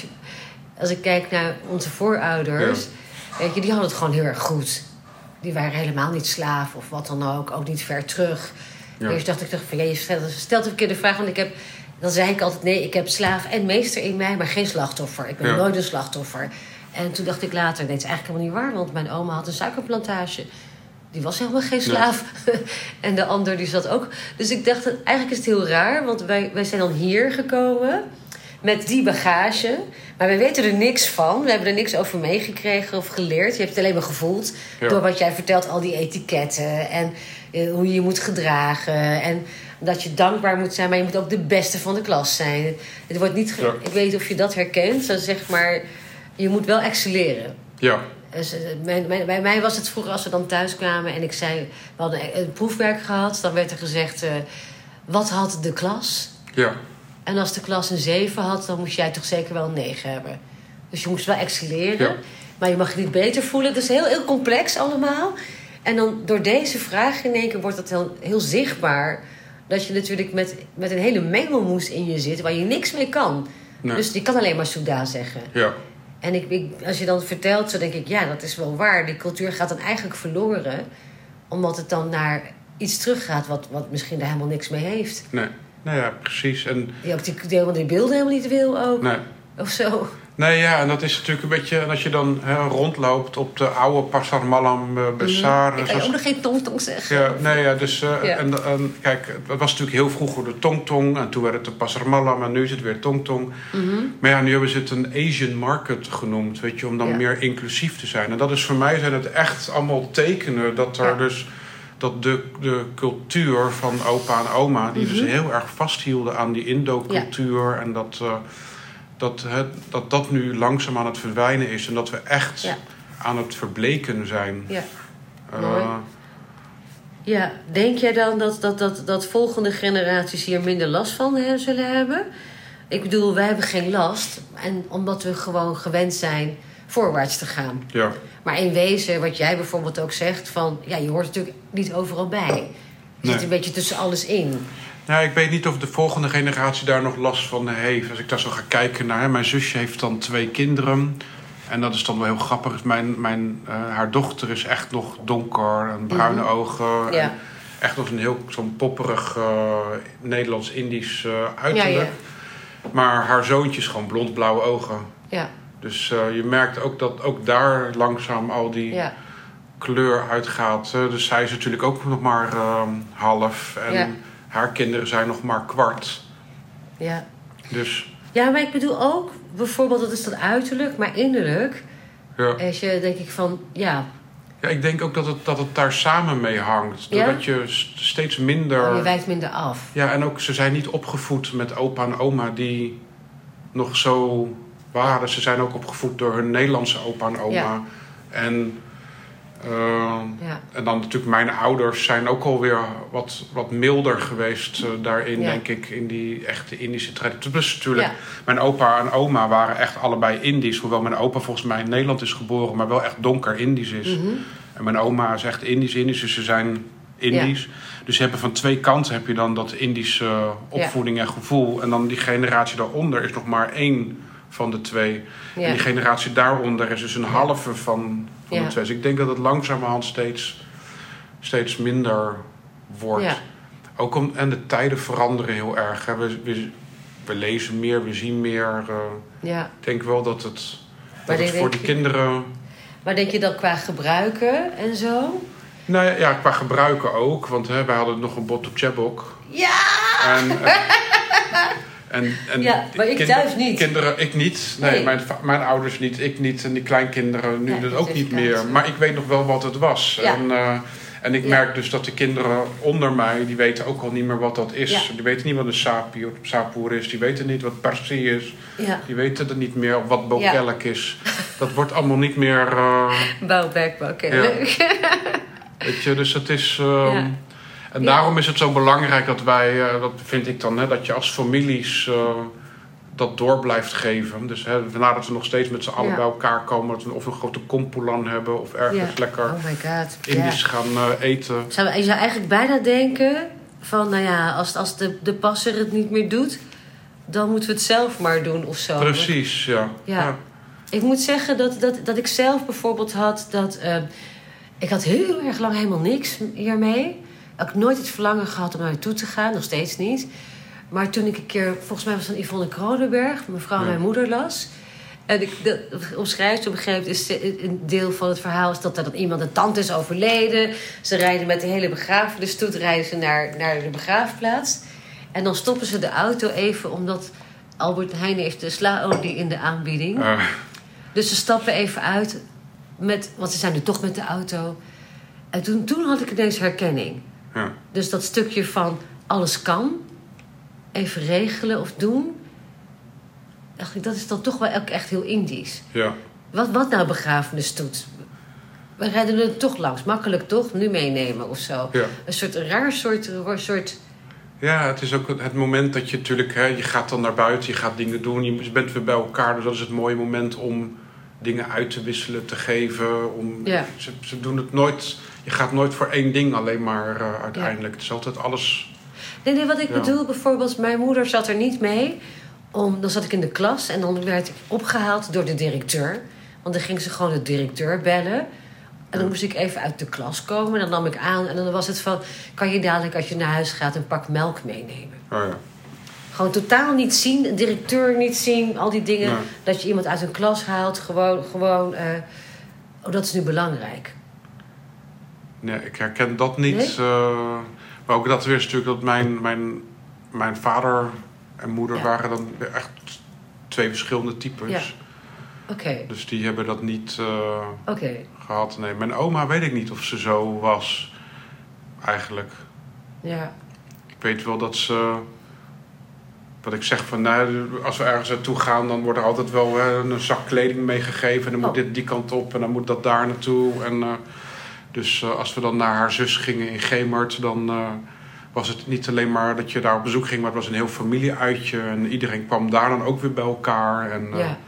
Als ik kijk naar onze voorouders... Ja. Weet je, die hadden het gewoon heel erg goed. Die waren helemaal niet slaaf of wat dan ook. Ook niet ver terug. Ja. Eerst dacht ik toch van... Ja, je stelt, stelt een keer de vraag... Want ik heb... Dan zei ik altijd... Nee, ik heb slaaf en meester in mij... Maar geen slachtoffer. Ik ben ja. nooit een slachtoffer. En toen dacht ik later... Nee, het is eigenlijk helemaal niet waar. Want mijn oma had een suikerplantage. Die was helemaal geen slaaf. Nee. En de ander die zat ook... Dus ik dacht... Eigenlijk is het heel raar. Want wij, wij zijn dan hier gekomen... Met die bagage. Maar we weten er niks van. We hebben er niks over meegekregen of geleerd. Je hebt het alleen maar gevoeld. Ja. Door wat jij vertelt, al die etiketten. En uh, hoe je je moet gedragen. En dat je dankbaar moet zijn. Maar je moet ook de beste van de klas zijn. Het wordt niet ge- ja. Ik weet niet of je dat herkent. Dat zeg maar, je moet wel excelleren. Ja. Dus, uh, mijn, mijn, bij mij was het vroeger als we dan thuis kwamen. En ik zei, we hadden een proefwerk gehad. Dan werd er gezegd, uh, wat had de klas? Ja. En als de klas een zeven had, dan moest jij toch zeker wel een negen hebben. Dus je moest wel excelleren. Ja. Maar je mag je niet beter voelen. Dat is heel, heel complex allemaal. En dan door deze vraag in één keer wordt het heel, heel zichtbaar... dat je natuurlijk met, met een hele mengelmoes in je zit... waar je niks mee kan. Nee. Dus je kan alleen maar Souda zeggen. Ja. En ik, ik, als je dan vertelt, zo denk ik... ja, dat is wel waar. Die cultuur gaat dan eigenlijk verloren... omdat het dan naar iets teruggaat... wat, wat misschien daar helemaal niks mee heeft. Nee. Nou ja, precies. En... Die ook die, die, die beelden helemaal niet wil ook. Nee. Of zo. Nee, ja, en dat is natuurlijk een beetje... En als je dan he, rondloopt op de oude Pasar Malam uh, Bazaar... Mm-hmm. Ik kan je ook nog geen tongtong zeggen. Ja, nee, ja, dus... Uh, ja. En, en kijk, het was natuurlijk heel vroeger de tongtong... en toen werd het de Pasar Malam en nu is het weer tongtong. Mm-hmm. Maar ja, nu hebben ze het een Asian market genoemd, weet je... om dan ja. meer inclusief te zijn. En dat is voor mij zijn het echt allemaal tekenen... dat er ja. dus... dat de, de cultuur van opa en oma... die mm-hmm. dus heel erg vasthielden aan die Indo-cultuur... Ja. en dat, uh, dat, het, dat dat nu langzaam aan het verdwijnen is... en dat we echt ja. aan het verbleken zijn. Ja. Uh, ja, denk jij dan dat, dat, dat, dat volgende generaties hier minder last van hè, zullen hebben? Ik bedoel, wij hebben geen last... en omdat we gewoon gewend zijn voorwaarts te gaan... Ja. Maar in wezen, wat jij bijvoorbeeld ook zegt... van ja, je hoort natuurlijk niet overal bij. Je nee. zit een beetje tussen alles in. Nou, ik weet niet of de volgende generatie daar nog last van heeft. Als ik daar zo ga kijken naar... Hè, mijn zusje heeft dan twee kinderen. En dat is dan wel heel grappig. Mijn, mijn, uh, haar dochter is echt nog donker en bruine mm-hmm. ogen. Ja. En echt nog een heel zo'n popperig uh, Nederlands-Indisch uh, uiterlijk. Ja, ja. Maar haar zoontje is gewoon blond-blauwe ogen. Ja. Dus uh, je merkt ook dat ook daar langzaam al die ja. kleur uitgaat. Uh, dus zij is natuurlijk ook nog maar uh, half. En ja. haar kinderen zijn nog maar kwart. Ja. Dus... ja, maar ik bedoel ook... bijvoorbeeld, dat is dat uiterlijk, maar innerlijk... Ja. Als je denk ik van, ja... Ja, ik denk ook dat het, dat het daar samen mee hangt. Ja? Doordat je steeds minder... Oh, je wijkt minder af. Ja, en ook ze zijn niet opgevoed met opa en oma die nog zo... waren. Ze zijn ook opgevoed door hun Nederlandse opa en oma. Ja. En, uh, ja. en dan natuurlijk mijn ouders zijn ook alweer wat, wat milder geweest uh, daarin, ja. denk ik, in die echte Indische traditie. Dus natuurlijk, ja. mijn opa en oma waren echt allebei Indisch. Hoewel mijn opa volgens mij in Nederland is geboren, maar wel echt donker Indisch is. Mm-hmm. En mijn oma is echt Indisch-Indisch, dus ze zijn Indisch. Ja. Dus je hebt van twee kanten heb je dan dat Indische uh, opvoeding ja. en gevoel. En dan die generatie daaronder is nog maar één van de twee. Ja. En die generatie daaronder is dus een halve van, van ja. de twee. Dus ik denk dat het langzamerhand steeds, steeds minder wordt. Ja. Ook om, en de tijden veranderen heel erg. Hè. We, we, we lezen meer, we zien meer. Uh, ja. Ik denk wel dat het, dat het voor die je, kinderen... Maar denk je dat qua gebruiken en zo? Nou ja, ja qua gebruiken ook. Want hè, wij hadden nog een Botok Cebok. Ja! En, uh, En, en ja, maar ik kinder, thuis niet. Kinderen, ik niet. Nee, nee. Mijn, mijn ouders niet, ik niet. En die kleinkinderen nu ja, dus ook niet meer. Thuis. Maar ik weet nog wel wat het was. Ja. En, uh, en ik ja. merk dus dat de kinderen onder mij... die weten ook al niet meer wat dat is. Ja. Die weten niet wat een sapi of sapoer is. Die weten niet wat parsi is. Ja. Die weten er niet meer wat bokelk ja. is. Dat wordt allemaal niet meer... Uh, Bouwberg, bokelk. Ja. Weet je, dus het is... Um, ja. En Ja. daarom is het zo belangrijk dat wij, uh, dat vind ik dan, hè, dat je als families uh, dat door blijft geven. Dus hè, vandaar dat we nog steeds met z'n allen Ja. bij elkaar komen. Dat we of een grote kompoelan hebben of ergens Ja. lekker Oh my god. Indisch Ja. gaan uh, eten. Zou, je zou eigenlijk bijna denken van, nou ja, als, als de, de passer het niet meer doet, dan moeten we het zelf maar doen of zo. Precies, ja. Ja. ja. Ik moet zeggen dat, dat, dat ik zelf bijvoorbeeld had dat... Uh, ik had heel erg lang helemaal niks hiermee. Ik had nooit het verlangen gehad om naar naartoe te gaan, nog steeds niet. Maar toen ik een keer, volgens mij was het van Yvonne Kronenberg, mevrouw ja. mijn moeder las. En ik dat, omschrijft op een gegeven moment, is een deel van het verhaal is dat er dan iemand, een tante is overleden. Ze rijden met de hele begrafenisstoet rijden ze naar, naar de begraafplaats. En dan stoppen ze de auto even, omdat Albert Heijn heeft de slaolie in de aanbieding. Uh. Dus ze stappen even uit, met, want ze zijn nu toch met de auto. En toen, toen had ik ineens herkenning. Ja. Dus dat stukje van alles kan, even regelen of doen, dacht ik, dat is dan toch wel ook echt heel Indisch. Ja. Wat, wat nou begrafenisstoet? We rijden er toch langs, makkelijk toch? Nu meenemen of zo. Ja. Een soort een raar soort, soort... Ja, het is ook het moment dat je natuurlijk, hè, je gaat dan naar buiten, je gaat dingen doen, je bent weer bij elkaar. Dus dat is het mooie moment om dingen uit te wisselen, te geven. Om, ja. ze, ze doen het nooit, je gaat nooit voor één ding alleen maar uh, uiteindelijk. Ja. Het is altijd alles. Nee, nee, wat ik ja. bedoel, bijvoorbeeld, mijn moeder zat er niet mee. Om, dan zat ik in de klas en dan werd ik opgehaald door de directeur. Want dan ging ze gewoon de directeur bellen. En dan ja. moest ik even uit de klas komen. En dan nam ik aan. En dan was het van, kan je dadelijk als je naar huis gaat een pak melk meenemen? Oh ja. Gewoon totaal niet zien, de directeur niet zien. Al die dingen, ja. dat je iemand uit een klas haalt. Gewoon, gewoon uh, oh, dat is nu belangrijk. Nee, ik herken dat niet. Nee? Uh, maar ook dat weer is natuurlijk dat mijn, mijn, mijn vader en moeder ja. waren dan echt twee verschillende types. Ja. Oké. Okay. Dus die hebben dat niet uh, okay. gehad. Nee, mijn oma weet ik niet of ze zo was. Eigenlijk. Ja. Ik weet wel dat ze... Wat ik zeg van, nou, als we ergens naartoe gaan, dan wordt er altijd wel hè, een zak kleding meegegeven. En dan moet oh. dit die kant op en dan moet dat daar naartoe. En, uh, dus uh, als we dan naar haar zus gingen in Gemert, dan uh, was het niet alleen maar dat je daar op bezoek ging, maar het was een heel familieuitje. En iedereen kwam daar dan ook weer bij elkaar. En uh, ja.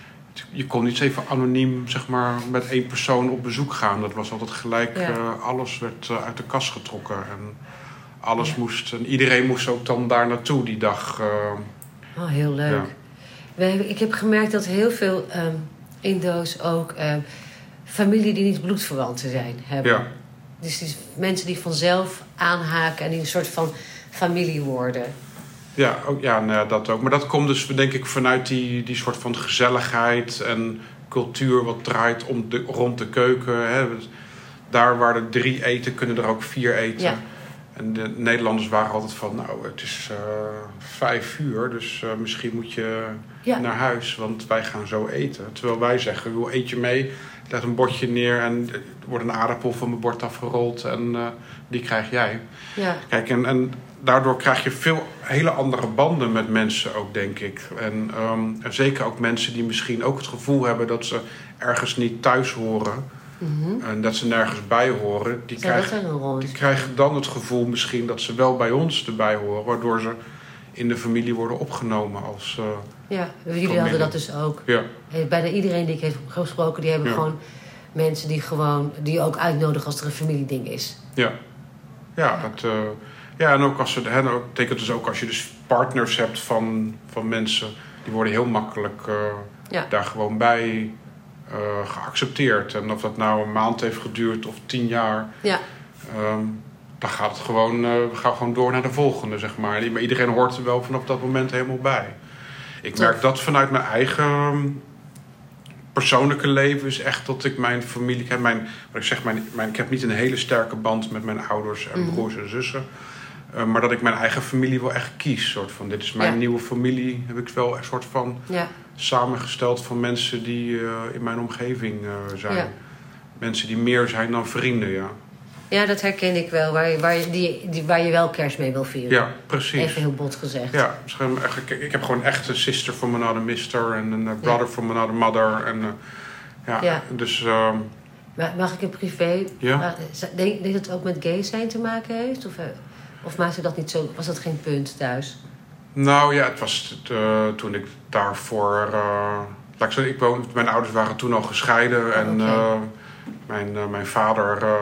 je kon niet even anoniem, zeg maar, met één persoon op bezoek gaan. Dat was altijd gelijk, ja. uh, alles werd uh, uit de kast getrokken. En alles ja. moest, en iedereen moest ook dan daar naartoe die dag. Uh, oh, heel leuk. Ja. We hebben, ik heb gemerkt dat heel veel um, Indo's ook uh, familie die niet bloedverwanten zijn hebben. Ja. Dus die mensen die vanzelf aanhaken en die een soort van familie worden. Ja, ook, ja nou, dat ook. Maar dat komt dus denk ik vanuit die, die soort van gezelligheid en cultuur wat draait om de, rond de keuken. Hè. Daar waar er drie eten, kunnen er ook vier eten. Ja. En de Nederlanders waren altijd van, nou, het is uh, vijf uur, dus uh, misschien moet je ja. naar huis, want wij gaan zo eten. Terwijl wij zeggen, joh, eet je mee, leg een bordje neer en er wordt een aardappel van mijn bord afgerold en uh, die krijg jij. Ja. Kijk, en, en daardoor krijg je veel hele andere banden met mensen ook, denk ik. En, um, en zeker ook mensen die misschien ook het gevoel hebben dat ze ergens niet thuis horen. Mm-hmm. En dat ze nergens bij horen. Die, krijgen, die krijgen dan het gevoel misschien dat ze wel bij ons erbij horen. Waardoor ze in de familie worden opgenomen als uh, ja, jullie familie. Hadden dat dus ook. Ja. Bijna iedereen die ik heb gesproken, die hebben ja. gewoon mensen die gewoon die ook uitnodigen als er een familieding is. Ja, ja, ja. Dat, uh, ja en ook als ze, hè, dat betekent dus ook als je dus partners hebt van, van mensen, die worden heel makkelijk uh, ja. daar gewoon bij Uh, geaccepteerd. En of dat nou een maand heeft geduurd of tien jaar. Ja. Um, dan gaat het gewoon, uh, we gaan gewoon door naar de volgende, zeg maar. Maar iedereen hoort er wel vanaf dat moment helemaal bij. Ik merk dat vanuit mijn eigen persoonlijke leven is echt dat ik mijn familie heb. Mijn, wat ik zeg, mijn, mijn, ik heb niet een hele sterke band met mijn ouders en mm-hmm. broers en zussen. Uh, maar dat ik mijn eigen familie wel echt kies. Soort van, dit is mijn ja. nieuwe familie. Heb ik wel een soort van ja. samengesteld van mensen die uh, in mijn omgeving uh, zijn. Ja. Mensen die meer zijn dan vrienden, ja. Ja, dat herken ik wel. Waar je, waar je, die, die, waar je wel kerst mee wil vieren. Ja, precies. Even heel bot gezegd. Ja, ik heb gewoon echt een sister from another mister en een brother ja. from another mother. En, uh, ja, ja. Dus, uh, Maar mag ik een privé... Ja. Maar, denk je dat het ook met gay zijn te maken heeft? Of, of maakte dat niet zo... Was dat geen punt thuis? Nou ja, het was het, uh, toen ik daarvoor... Uh, laat ik zeggen, ik woon, mijn ouders waren toen al gescheiden. Oh, en okay. uh, mijn, uh, mijn vader uh,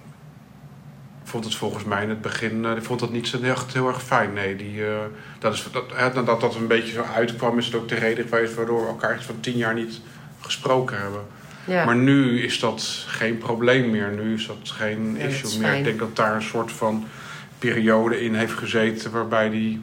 vond het volgens mij in het begin... Uh, die vond dat niet zo echt heel erg fijn. Nee, die, uh, dat is, dat, hè, nadat dat een beetje zo uitkwam... is het ook de reden geweest waardoor we elkaar iets van tien jaar niet gesproken hebben. Ja. Maar nu is dat geen probleem meer. Nu is dat geen ja, issue meer. Fijn. Ik denk dat daar een soort van periode in heeft gezeten... waarbij hij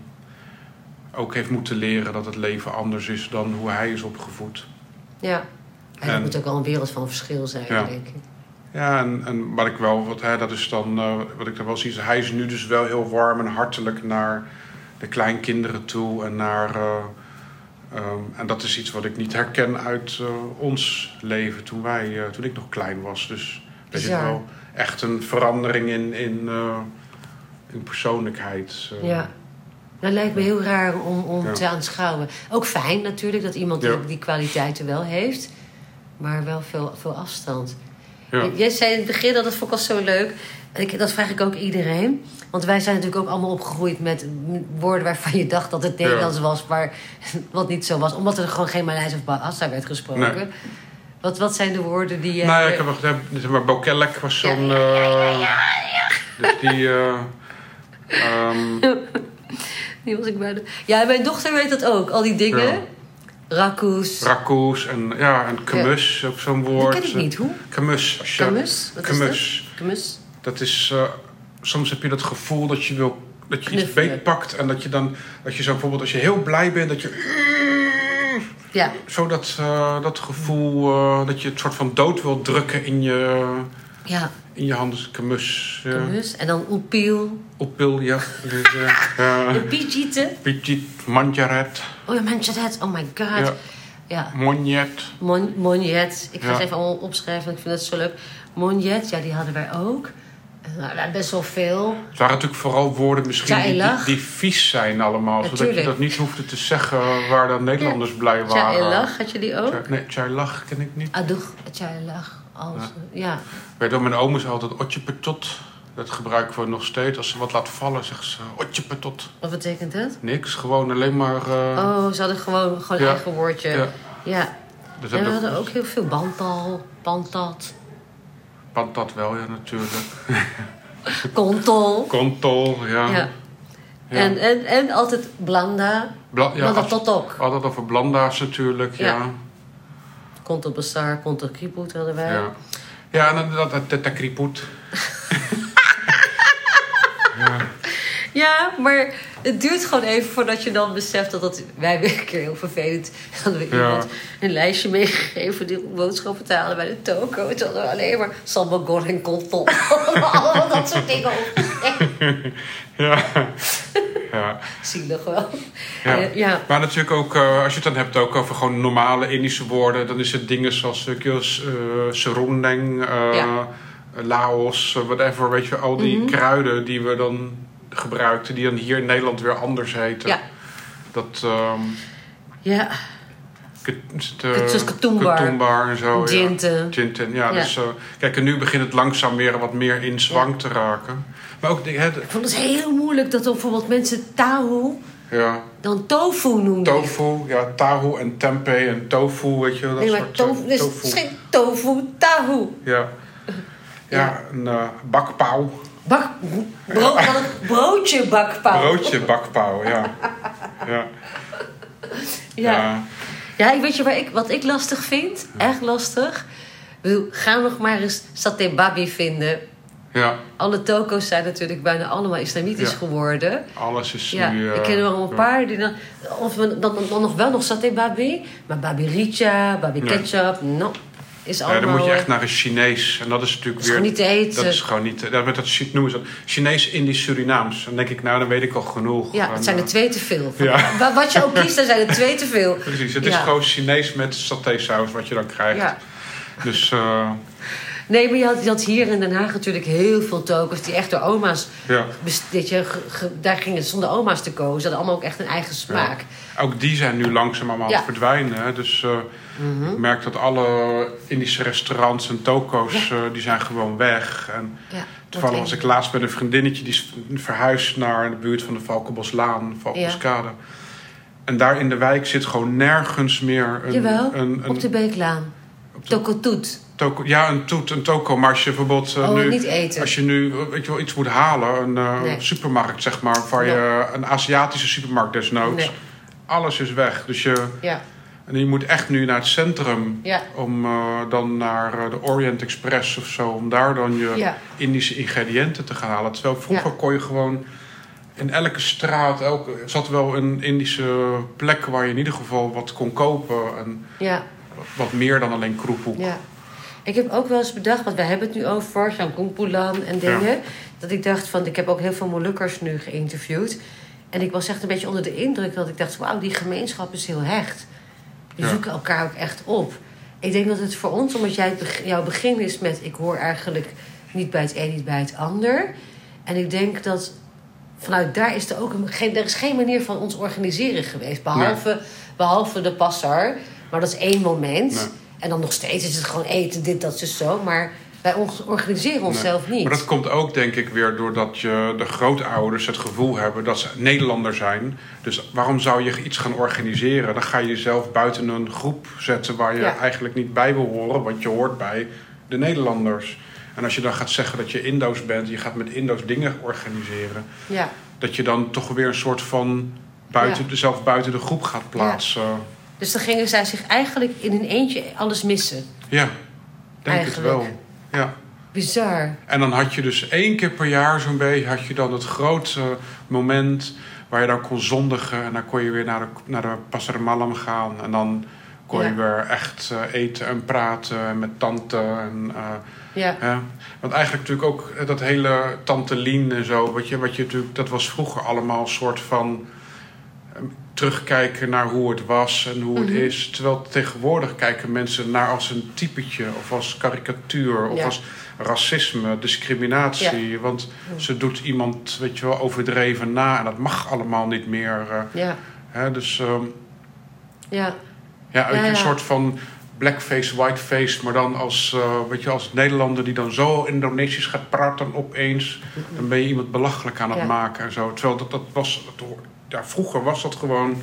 ook heeft moeten leren dat het leven anders is... dan hoe hij is opgevoed. Ja, en, en dat moet ook wel een wereld van verschil zijn, ja. denk ik. Ja, en, en wat ik wel... Wat, hè, dat is dan, uh, wat ik dan wel zie... is hij is nu dus wel heel warm en hartelijk naar de kleinkinderen toe... en naar... Uh, Um, en dat is iets wat ik niet herken uit uh, ons leven toen, wij, uh, toen ik nog klein was. Dus er zit wel echt een verandering in, in, uh, in persoonlijkheid. Uh. Ja, dat lijkt me heel raar om, om ja. te aanschouwen. Ook fijn natuurlijk dat iemand ja. die, die kwaliteiten wel heeft, maar wel veel, veel afstand. Ja. Jij zei in het begin, dat vond ik al zo leuk. Ik, dat vraag ik ook iedereen. Want wij zijn natuurlijk ook allemaal opgegroeid met woorden waarvan je dacht dat het Nederlands ja. was, maar wat niet zo was. Omdat er gewoon geen Maleis of Bahasa werd gesproken. Nee. Wat, wat zijn de woorden die je... Nou ja, ik heb nog... Maar Bokelek was zo'n... Ja, ja, ja, ja, ja. Dus die... Uh, um... die was ik bijna... Ja, mijn dochter weet dat ook. Al die dingen. Ja. Rakoes. Rakoes en, ja, en kemus, ja. ook zo'n woord. Dat ken ik niet. Hoe? Kemus. Als je, kemus? Wat kemus. is dat? Kemus? Dat is... Uh, soms heb je dat gevoel dat je wil... Dat je iets beetpakt en dat je dan... Dat je zo bijvoorbeeld als je heel blij bent, dat je... Ja. Zo dat, uh, dat gevoel uh, dat je het soort van dood wilt drukken in je... Ja. In je handen. Kemus. Ja. Kemus. En dan oepil. Oepil, ja. Dus, uh, uh, de pidjite. Pidjit, manjaret. Oh ja, manjaret. Oh my god. Ja. ja. Monjet. Mon, monjet. Ik ga ja. het even allemaal opschrijven. Ik vind het zo leuk. Monjet, ja, die hadden wij ook. Nou, best wel veel. Het waren natuurlijk vooral woorden misschien die, die, die vies zijn allemaal. Ja, zodat tuurlijk. je dat niet hoefde te zeggen waar de Nederlanders ja. blij waren. Tjailach, had je die ook? Tja, nee, tjailach ken ik niet. Adoeg, tjailach. Ja. ja. Weet je, mijn oom is altijd otje petot. Dat gebruiken we nog steeds. Als ze wat laat vallen, zegt ze otje petot. Wat betekent dat? Niks, gewoon alleen maar... Uh... Oh, ze hadden gewoon, gewoon ja. eigen woordje. Ja. ja. Dus en we hadden ook, ook heel veel bantal, pantat. Pantat wel, ja, natuurlijk. Kontol. Kontol, ja. ja. ja. En, en, en altijd blanda. Bla, ja, maar dat ook. Altijd over blanda's natuurlijk, ja. ja. Kontol Bazaar, Kontol Kriput hadden wij. Ja, ja en dat, dat, dat, dat Kriput. ja. ja, maar het duurt gewoon even voordat je dan beseft dat dat... Wij hebben een keer heel vervelend. Hadden we ja. iemand een lijstje meegegeven die boodschappen te halen bij de toko. Het hadden we alleen maar sambal en kontol. Allemaal dat soort dingen op. ja. ja. Zielig wel. Ja. Uh, ja. Maar natuurlijk ook, uh, als je het dan hebt ook over gewoon normale Indische woorden... dan is het dingen zoals uh, serundeng, uh, ja. Laos, uh, whatever. Weet je, al die mm-hmm. kruiden die we dan... gebruikte, die dan hier in Nederland weer anders heten. Ja. Dat... Um, ja. Zoals ketumbar en zo. Ginten. Ja. Ginten, ja. ja. Dus, uh, kijk, en nu begint het langzaam weer wat meer in zwang ja. te raken. Maar ook... He, ik vond het heel moeilijk dat bijvoorbeeld mensen tahu... Ja. dan tofu noemen. Tofu, ja. Tahu en tempeh en tofu, weet je wel. Dat nee, maar soort, tofu, uh, dus tofu. Het is geen tofu, tahu. Ja. Ja, ja. een uh, bakpauw. Bak, brood, ja. Broodje bakpauw. Broodje bakpauw, ja. ja. Ja. Ja. Ja, ik weet je waar ik, wat ik lastig vind? Ja. Echt lastig. Ga nog maar eens saté babi vinden. Ja. Alle toko's zijn natuurlijk bijna allemaal islamitisch ja. geworden. Alles is ja. nu... Uh, ik ken er wel een paar die dan... Of dan, dan, dan nog wel nog saté babi. Maar babi richa, babi ketchup, nee. no. Is allemaal, ja, dan moet je echt naar een Chinees. En dat is natuurlijk weer... Dat is gewoon niet te eten. Dat is gewoon niet... Dat, dat, dat noemen ze dat. Chinees, Indisch, Surinaams. Dan denk ik, nou, dan weet ik al genoeg. Ja, het zijn er twee te veel. Ja. Wat je ook kiest, dan zijn er twee te veel. Precies, het ja. is gewoon Chinees met satésaus wat je dan krijgt. Ja. Dus... Uh, Nee, maar je had, je had hier in Den Haag natuurlijk heel veel tokens die echt door oma's... Ja. Weet je, ge, ge, daar gingen zonder oma's te koken. Ze hadden allemaal ook echt een eigen smaak. Ja. Ook die zijn nu langzaam allemaal ja. aan het verdwijnen. Hè? Dus uh, mm-hmm. ik merk dat alle Indische restaurants en toko's... Ja. Uh, die zijn gewoon weg. En ja, toevallig was ik laatst met een vriendinnetje... die is verhuisd naar de buurt van de Valkenboslaan, Valkenboskade. Ja. En daar in de wijk zit gewoon nergens meer... Een, Jawel, een, een, op de Beeklaan. Tokotoet. Toko, ja, een toet, een toko. Maar als je bijvoorbeeld uh, oh, nu, niet eten. Als je nu weet je wel, iets moet halen, een uh, nee. supermarkt zeg maar, waar nee. je een Aziatische supermarkt desnoods, nee. alles is weg. Dus je, ja. en je moet echt nu naar het centrum ja. om uh, dan naar uh, de Orient Express of zo, om daar dan je ja. Indische ingrediënten te gaan halen. Terwijl vroeger ja. kon je gewoon in elke straat, elke, zat wel een Indische plek waar je in ieder geval wat kon kopen en ja. wat meer dan alleen kroephoek. Ja. Ik heb ook wel eens bedacht, want wij hebben het nu over Jangkung Pulan en dingen. Ja. Dat ik dacht van, ik heb ook heel veel Molukkers nu geïnterviewd. En ik was echt een beetje onder de indruk dat ik dacht, wauw, die gemeenschap is heel hecht. Die ja. zoeken elkaar ook echt op. Ik denk dat het voor ons, omdat jij het beg- jouw begin is met, ik hoor eigenlijk niet bij het een, niet bij het ander. En ik denk dat vanuit daar is er ook een, geen, er is geen manier van ons organiseren geweest. Behalve, nee. behalve de Passar. Maar dat is één moment. Nee. En dan nog steeds is het gewoon eten, dit, dat, dus zo. Maar wij organiseren onszelf nee. niet. Maar dat komt ook, denk ik, weer doordat je de grootouders het gevoel hebben dat ze Nederlander zijn. Dus waarom zou je iets gaan organiseren? Dan ga je jezelf buiten een groep zetten waar je ja. eigenlijk niet bij wil horen. Want je hoort bij de Nederlanders. En als je dan gaat zeggen dat je Indo's bent, je gaat met Indo's dingen organiseren. Ja. Dat je dan toch weer een soort van buiten, ja. zelf buiten de groep gaat plaatsen. Ja. Dus dan gingen zij zich eigenlijk in hun eentje alles missen. Ja, denk eigenlijk. het wel. Ja. Bizar. En dan had je dus één keer per jaar zo'n beetje... had je dan het grote moment waar je dan kon zondigen. En dan kon je weer naar de, naar de Pasar Malam gaan. En dan kon ja. je weer echt uh, eten en praten met tante. En, uh, ja. hè? Want eigenlijk natuurlijk ook dat hele Tante Lien en zo... Wat je, wat je natuurlijk, dat was vroeger allemaal een soort van... terugkijken naar hoe het was en hoe het mm-hmm. is. Terwijl tegenwoordig kijken mensen naar als een typetje... of als karikatuur, of ja. als racisme, discriminatie. Ja. Want mm. ze doet iemand, weet je wel, overdreven na... en dat mag allemaal niet meer. Uh, ja. Hè, dus um, ja. Ja, ja, een ja. soort van blackface, whiteface... maar dan als, uh, weet je, als Nederlander die dan zo Indonesisch gaat praten opeens... Mm-hmm. dan ben je iemand belachelijk aan het ja. maken en zo. Terwijl dat, dat was... Dat, ja, vroeger was dat gewoon...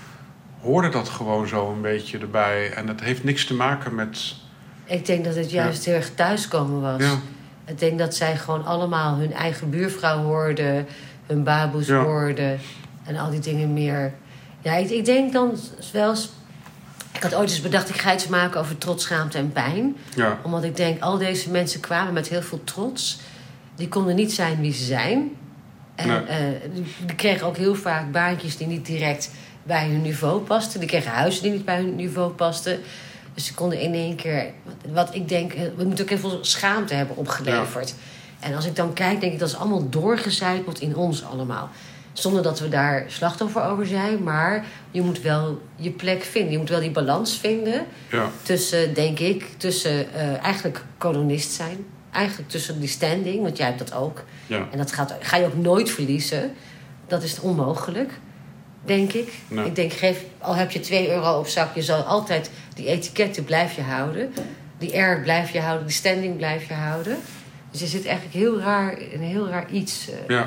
hoorde dat gewoon zo een beetje erbij. En het heeft niks te maken met... Ik denk dat het juist ja. heel erg thuiskomen was. Ja. Ik denk dat zij gewoon allemaal hun eigen buurvrouw hoorden... hun baboes ja. hoorden... en al die dingen meer. Ja, ik, ik denk dan wel eens... Ik had ooit eens bedacht, ik ga iets maken over trots, schaamte en pijn. Ja. Omdat ik denk, al deze mensen kwamen met heel veel trots. Die konden niet zijn wie ze zijn... En nee. uh, die, die kregen ook heel vaak baantjes die niet direct bij hun niveau pasten. Die kregen huizen die niet bij hun niveau pasten. Dus ze konden in één keer... Wat ik denk, we moeten ook heel veel schaamte hebben opgeleverd. Ja. En als ik dan kijk, denk ik dat is allemaal doorgecijpeld in ons allemaal. Zonder dat we daar slachtoffer over zijn. Maar je moet wel je plek vinden. Je moet wel die balans vinden. Ja. Tussen, denk ik, tussen uh, eigenlijk kolonist zijn... Eigenlijk tussen die standing, want jij hebt dat ook. Ja. En dat gaat, ga je ook nooit verliezen. Dat is onmogelijk, denk ik. Nee. Ik denk, geef, al heb je twee euro op zak... je zal altijd die etiketten blijf je houden. Die R blijf je houden, die standing blijf je houden. Dus je zit eigenlijk heel raar, een heel raar iets. Uh... Ja,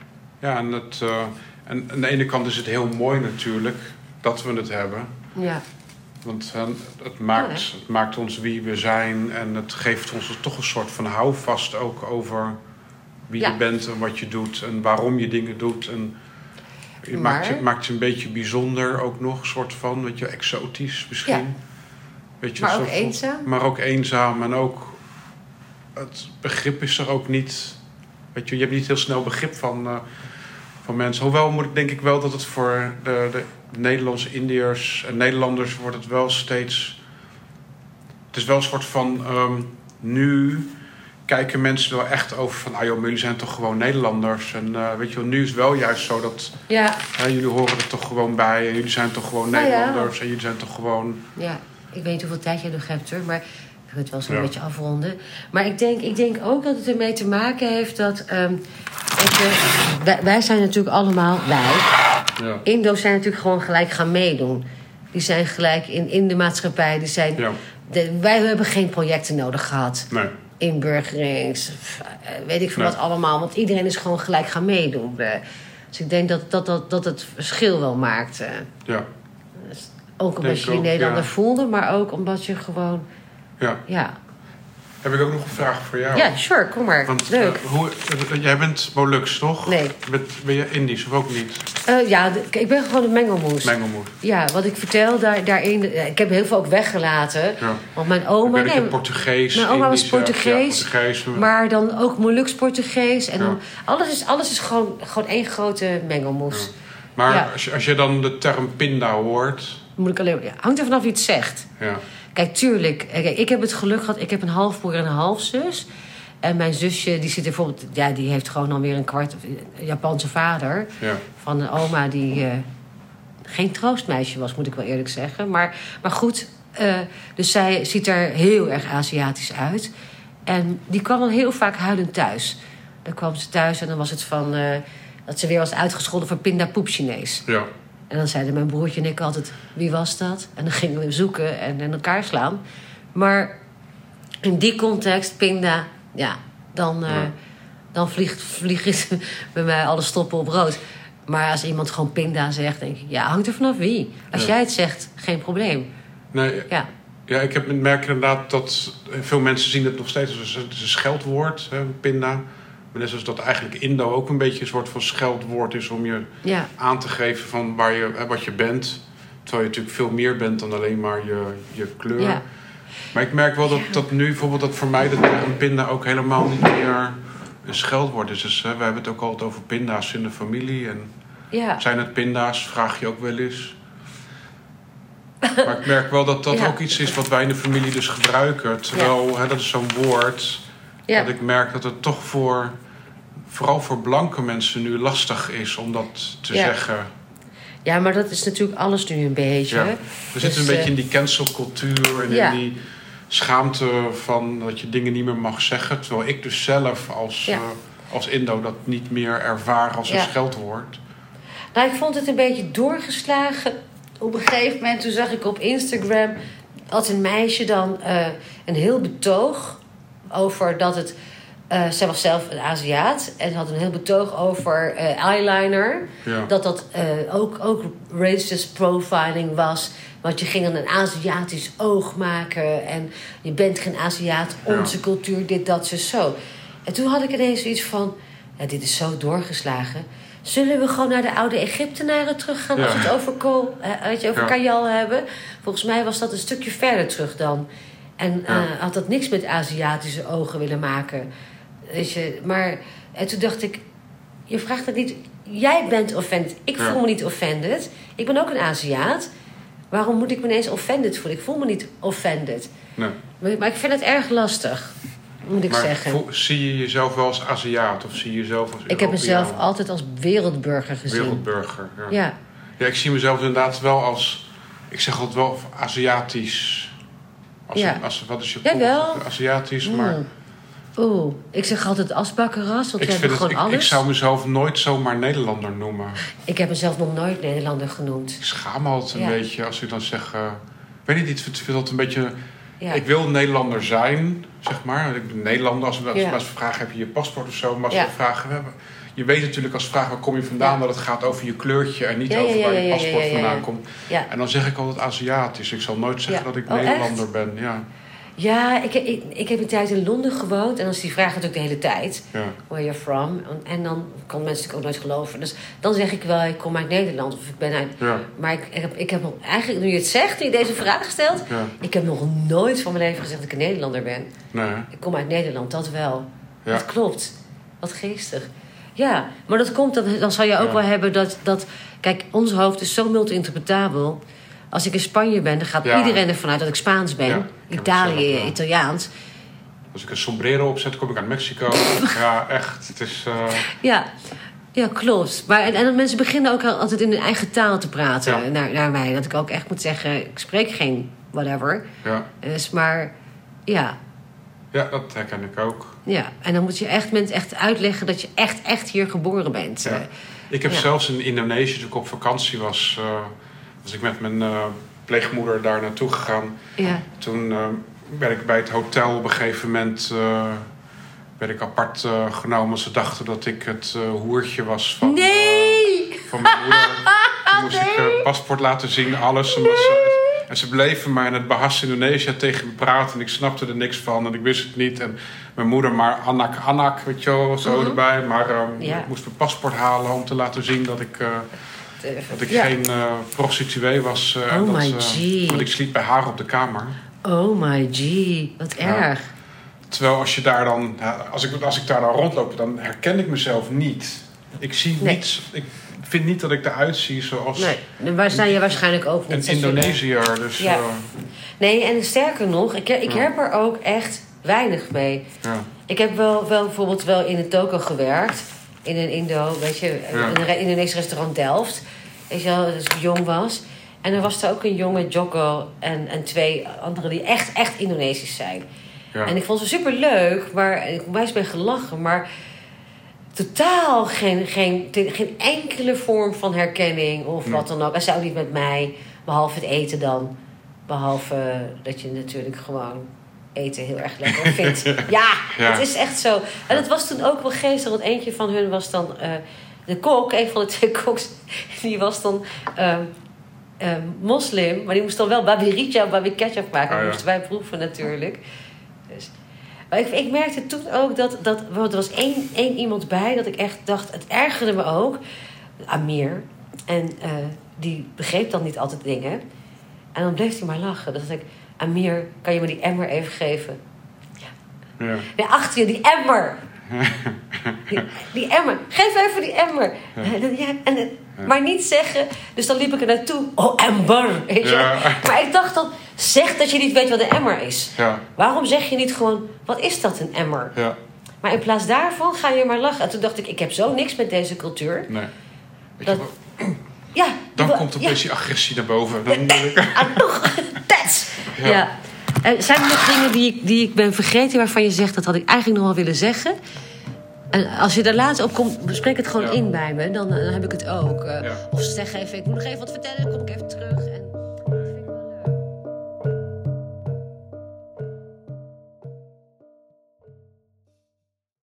ja en, het, uh, en aan de ene kant is het heel mooi natuurlijk... dat we het hebben. Ja. Want uh, het, maakt, ja, het maakt ons wie we zijn... en het geeft ons toch een soort van houvast ook over... wie ja. je bent en wat je doet en waarom je dingen doet. En je maar... maakt, je, maakt je een beetje bijzonder ook nog, een soort van, weet je, exotisch misschien. Ja. Weet je, maar ook soort van, eenzaam. Maar ook eenzaam en ook... het begrip is er ook niet... Weet je, je hebt niet heel snel begrip van, uh, van mensen. Hoewel moet ik denk ik wel dat het voor de... de Nederlandse Indiërs en Nederlanders wordt het wel steeds... Het is wel een soort van... Um, nu kijken mensen wel echt over van... ah joh, maar jullie zijn toch gewoon Nederlanders. En uh, weet je wel, nu is het wel juist zo dat... Ja. Uh, jullie horen er toch gewoon bij. En jullie zijn toch gewoon nou Nederlanders. Ja. En jullie zijn toch gewoon... Ja, ik weet niet hoeveel tijd jij nog hebt hoor. Maar Ik wil het wel zo'n Ja. beetje afronden. Maar ik denk, ik denk ook dat het ermee te maken heeft dat... Um, weet je, wij, wij zijn natuurlijk allemaal... Wij, Ja. Indo's zijn natuurlijk gewoon gelijk gaan meedoen. Die zijn gelijk in, in de maatschappij. Die zijn, Ja. de, wij hebben geen projecten nodig gehad. Nee. Inburgerings, weet ik veel Nee. wat allemaal. Want iedereen is gewoon gelijk gaan meedoen. Dus ik denk dat, dat, dat, dat het verschil wel maakt. Ja. Dus ook omdat Denk je je ook, Nederlander ja. voelde, maar ook omdat je gewoon... Ja. Ja, Heb ik ook nog een vraag voor jou? ja sure, kom maar. Want Leuk. uh, hoe, uh, jij bent Molux, toch? Nee. Ben, ben je Indisch of ook niet? Uh, ja, de, ik ben gewoon een mengelmoes. Mengelmoes. Ja, wat ik vertel daar, daarin... Ik heb heel veel ook weggelaten. Ja. Want mijn oma... Ik weet dat Nee, je Portugees, mijn oma was Indisch, ja, Portugees, ja, Portugees. maar dan ook Molux Portugees. En Ja. dan, alles, is, alles is gewoon, gewoon één grote mengelmoes. Ja. Maar Ja. als, je, als je dan de term pinda hoort... Moet ik alleen, ja, hangt er vanaf wie het zegt. Ja. Kijk, tuurlijk. Kijk, ik heb het geluk gehad. Ik heb een halfbroer en een halfzus. En mijn zusje, die zit er bijvoorbeeld... Ja, die heeft gewoon alweer een kwart Japanse vader. Ja. Van een oma die uh, geen troostmeisje was, moet ik wel eerlijk zeggen. Maar, maar goed, uh, dus zij ziet er heel erg Aziatisch uit. En die kwam dan heel vaak huilend thuis. Dan kwam ze thuis en dan was het van... Uh, dat ze weer was uitgescholden voor pinda poep Chinees. Ja. En dan zeiden mijn broertje en ik altijd, wie was dat? En dan gingen we zoeken en in elkaar slaan. Maar in die context, pinda, ja, dan, uh, Ja. dan vliegt, vliegen bij mij alle stoppen op rood. Maar als iemand gewoon pinda zegt, denk ik, ja, hangt er vanaf wie. Als Ja. jij het zegt, geen probleem. Nee, Ja, ja, ik heb, merk inderdaad dat veel mensen zien het nog steeds als een, het is een scheldwoord, hè, pinda. Maar net zoals dat eigenlijk Indo ook een beetje een soort van scheldwoord is om je ja, aan te geven van waar je, hè, wat je bent. Terwijl je natuurlijk veel meer bent dan alleen maar je, je kleur. ja. Maar ik merk wel dat, Ja. dat nu bijvoorbeeld dat voor mij de term pinda ook helemaal niet meer een scheldwoord is. Dus hè, we hebben het ook altijd over pinda's in de familie. En ja. zijn het pinda's? Vraag je ook wel eens. Maar ik merk wel dat dat Ja. ook iets is wat wij in de familie dus gebruiken. Terwijl, hè, dat is zo'n woord... Ja. dat ik merk dat het toch voor... vooral voor blanke mensen nu lastig is om dat te Ja. zeggen. Ja, maar dat is natuurlijk alles nu een beetje. Ja. hè. We zitten een Dus, beetje uh, in die cancelcultuur en ja. in die schaamte van dat je dingen niet meer mag zeggen. Terwijl ik dus zelf als, Ja. uh, als Indo dat niet meer ervaar als Ja. een scheldwoord. Nou, ik vond het een beetje doorgeslagen. Op een gegeven moment, toen zag ik op Instagram... had een meisje dan uh, een heel betoog over dat het... Uh, zij was zelf een Aziat en had een heel betoog over uh, eyeliner. Ja. Dat dat uh, ook, ook racist profiling was. Want je ging dan een Aziatisch oog maken. En je bent geen Aziat, onze Ja. cultuur, cultuur, dit, dat, zo, zo. En toen had ik ineens zoiets van... Ja, dit is zo doorgeslagen. Zullen we gewoon naar de oude Egyptenaren teruggaan... Ja. als we het over, kool, uh, weet je, over Ja. Kajal hebben? Volgens mij was dat een stukje verder terug dan. En uh, Ja. had dat niks met Aziatische ogen willen maken... Weet je, maar en toen dacht ik, je vraagt het niet. Jij bent offended. Ik Ja. voel me niet offended. Ik ben ook een Aziat. Waarom moet ik me ineens offended voelen? Ik voel me niet offended. Nee. Maar, maar ik vind het erg lastig, moet ik Maar zeggen. vo- zie je jezelf wel als Aziat of zie je jezelf als Ik heb mezelf Europeaan? altijd als wereldburger gezien. Wereldburger. Ja. Ja, Ja, ik zie mezelf inderdaad wel als... Ik zeg altijd wel Aziatisch. Als, Ja. als, wat is je Jawel. volgende? Aziatisch, maar... Mm. Oeh, ik zeg altijd asbakkeras, want Ik, we vind hebben het, gewoon ik, alles. ik zou mezelf nooit zomaar Nederlander noemen. Ik heb mezelf nog nooit Nederlander genoemd. Ik schaam me altijd een Ja. beetje als ik dan zeg... Uh, ik weet niet, ik vind dat een beetje... Ja. Ik wil Nederlander zijn, zeg maar. Ik ben Nederlander. Als we, als Ja. we vragen, heb je je paspoort of zo? Maar als Ja. we vragen... We hebben, je weet natuurlijk als vraag, waar kom je vandaan? Ja. Dat het gaat over je kleurtje en niet Ja, ja, over ja, waar ja, je ja, paspoort ja, ja, ja. vandaan komt. Ja. En dan zeg ik altijd Aziatisch. Ik zal nooit zeggen Ja. dat ik Oh, Nederlander echt? ben. Ja. Ja, ik, ik, ik heb een tijd in Londen gewoond. En dan is die vraag natuurlijk de hele tijd. Ja. Where you're from. En dan kon mensen natuurlijk ook nooit geloven. Dus dan zeg ik wel, ik kom uit Nederland. Of ik ben uit... Ja. Maar ik, ik, heb, ik heb nog... Eigenlijk, nu je het zegt, nu je deze vraag stelt... Ja. Ik heb nog nooit van mijn leven gezegd dat ik een Nederlander ben. Nee. Ik kom uit Nederland, dat wel. Ja. Dat klopt. Wat geestig. Ja, maar dat komt... Dan, dan zal je ook Ja. wel hebben dat, dat... Kijk, ons hoofd is zo multi-interpretabel. Als ik in Spanje ben, dan gaat Ja. iedereen ervan uit dat ik Spaans ben. Ja, ik heb Italië, het zelf, ja. Italiaans. Als ik een sombrero opzet, kom ik uit Mexico. Ja, echt. Het is... Uh, Ja, ja klopt. Maar, en, en mensen beginnen ook al altijd in hun eigen taal te praten Ja. naar, naar mij. Dat ik ook echt moet zeggen, ik spreek geen whatever. ja. Dus, maar Ja. Ja, dat herken ik ook. Ja, en dan moet je echt mensen echt uitleggen dat je echt, echt hier geboren bent. Ja. Ik heb ja. zelfs in Indonesië, toen ik op vakantie was... Uh, was ik met mijn uh, pleegmoeder daar naartoe gegaan. Ja. Toen uh, ben ik bij het hotel op een gegeven moment... Uh, werd ik apart uh, genomen. Ze dachten dat ik het uh, hoertje was van, nee! uh, van mijn moeder. Toen moest nee. ik uh, paspoort laten zien, alles. Nee. Ze, en ze bleven maar in het Bahasa Indonesia tegen me praten. En ik snapte er niks van en ik wist het niet. En mijn moeder maar anak anak, weet je wel, zo uh-huh. erbij. Maar uh, ja. ik moest mijn paspoort halen om te laten zien dat ik... Uh, dat ik ja. geen uh, prostituee was. Uh, oh dat, my uh, G. Want ik sliep bij haar op de kamer. Oh my G, wat ja. erg. Terwijl als je daar dan... Als ik, als ik daar dan rondloop, dan herken ik mezelf niet. Ik zie nee. niets... Ik vind niet dat ik eruit zie zoals... Nee, waar sta je waarschijnlijk ook niet. Een Indonesiër, dus... Ja. Uh, nee, en sterker nog, ik, ik ja. heb er ook echt weinig mee. Ja. Ik heb wel, wel bijvoorbeeld wel in een toko gewerkt. In een Indo, weet je, ja. een Indonesisch restaurant Delft. Weet je wel, als ik jong was. En er was er ook een jonge Joko en, en twee anderen die echt, echt Indonesisch zijn. Ja. En ik vond ze super leuk, maar ik wijs ben gelachen, maar totaal geen, geen, geen enkele vorm van herkenning of nee. wat dan ook. En zij ook niet met mij, behalve het eten dan. Behalve dat je natuurlijk gewoon eten heel erg lekker vindt. ja, ja, het is echt zo. En het was toen ook wel geestig, want eentje van hun was dan uh, de kok, een van de twee koks, die was dan uh, uh, moslim, maar die moest dan wel babi richa of babi ketchup maken. Dat oh, ja. moesten wij proeven natuurlijk. Dus. Maar ik, ik merkte toen ook dat, dat er was één, één iemand bij dat ik echt dacht, het ergerde me ook. Amir. En uh, die begreep dan niet altijd dingen. En dan bleef hij maar lachen. Dan dacht ik, Amir, kan je me die emmer even geven? Ja. ja. Nee, achter je, die emmer. die, die emmer. Geef even die emmer. Ja. En, ja, en, ja. Maar niet zeggen. Dus dan liep ik er naartoe. Oh, emmer. Weet je? Ja. Maar ik dacht dan, zeg dat je niet weet wat een emmer is. Ja. Waarom zeg je niet gewoon, wat is dat, een emmer? Ja. Maar in plaats daarvan ga je maar lachen. En toen dacht ik, ik heb zo niks met deze cultuur. Nee. Dat, ja, dan wil, komt opeens die ja. agressie naar boven. Dan ja, ik... ah, toch, that's. Ja. Ja. Uh, zijn er nog dingen die ik, die ik ben vergeten waarvan je zegt, dat had ik eigenlijk nog wel willen zeggen? En als je daar later op komt, bespreek het gewoon ja. in bij me. Dan, dan heb ik het ook. Uh, ja. Of zeg even, ik moet nog even wat vertellen, dan kom ik even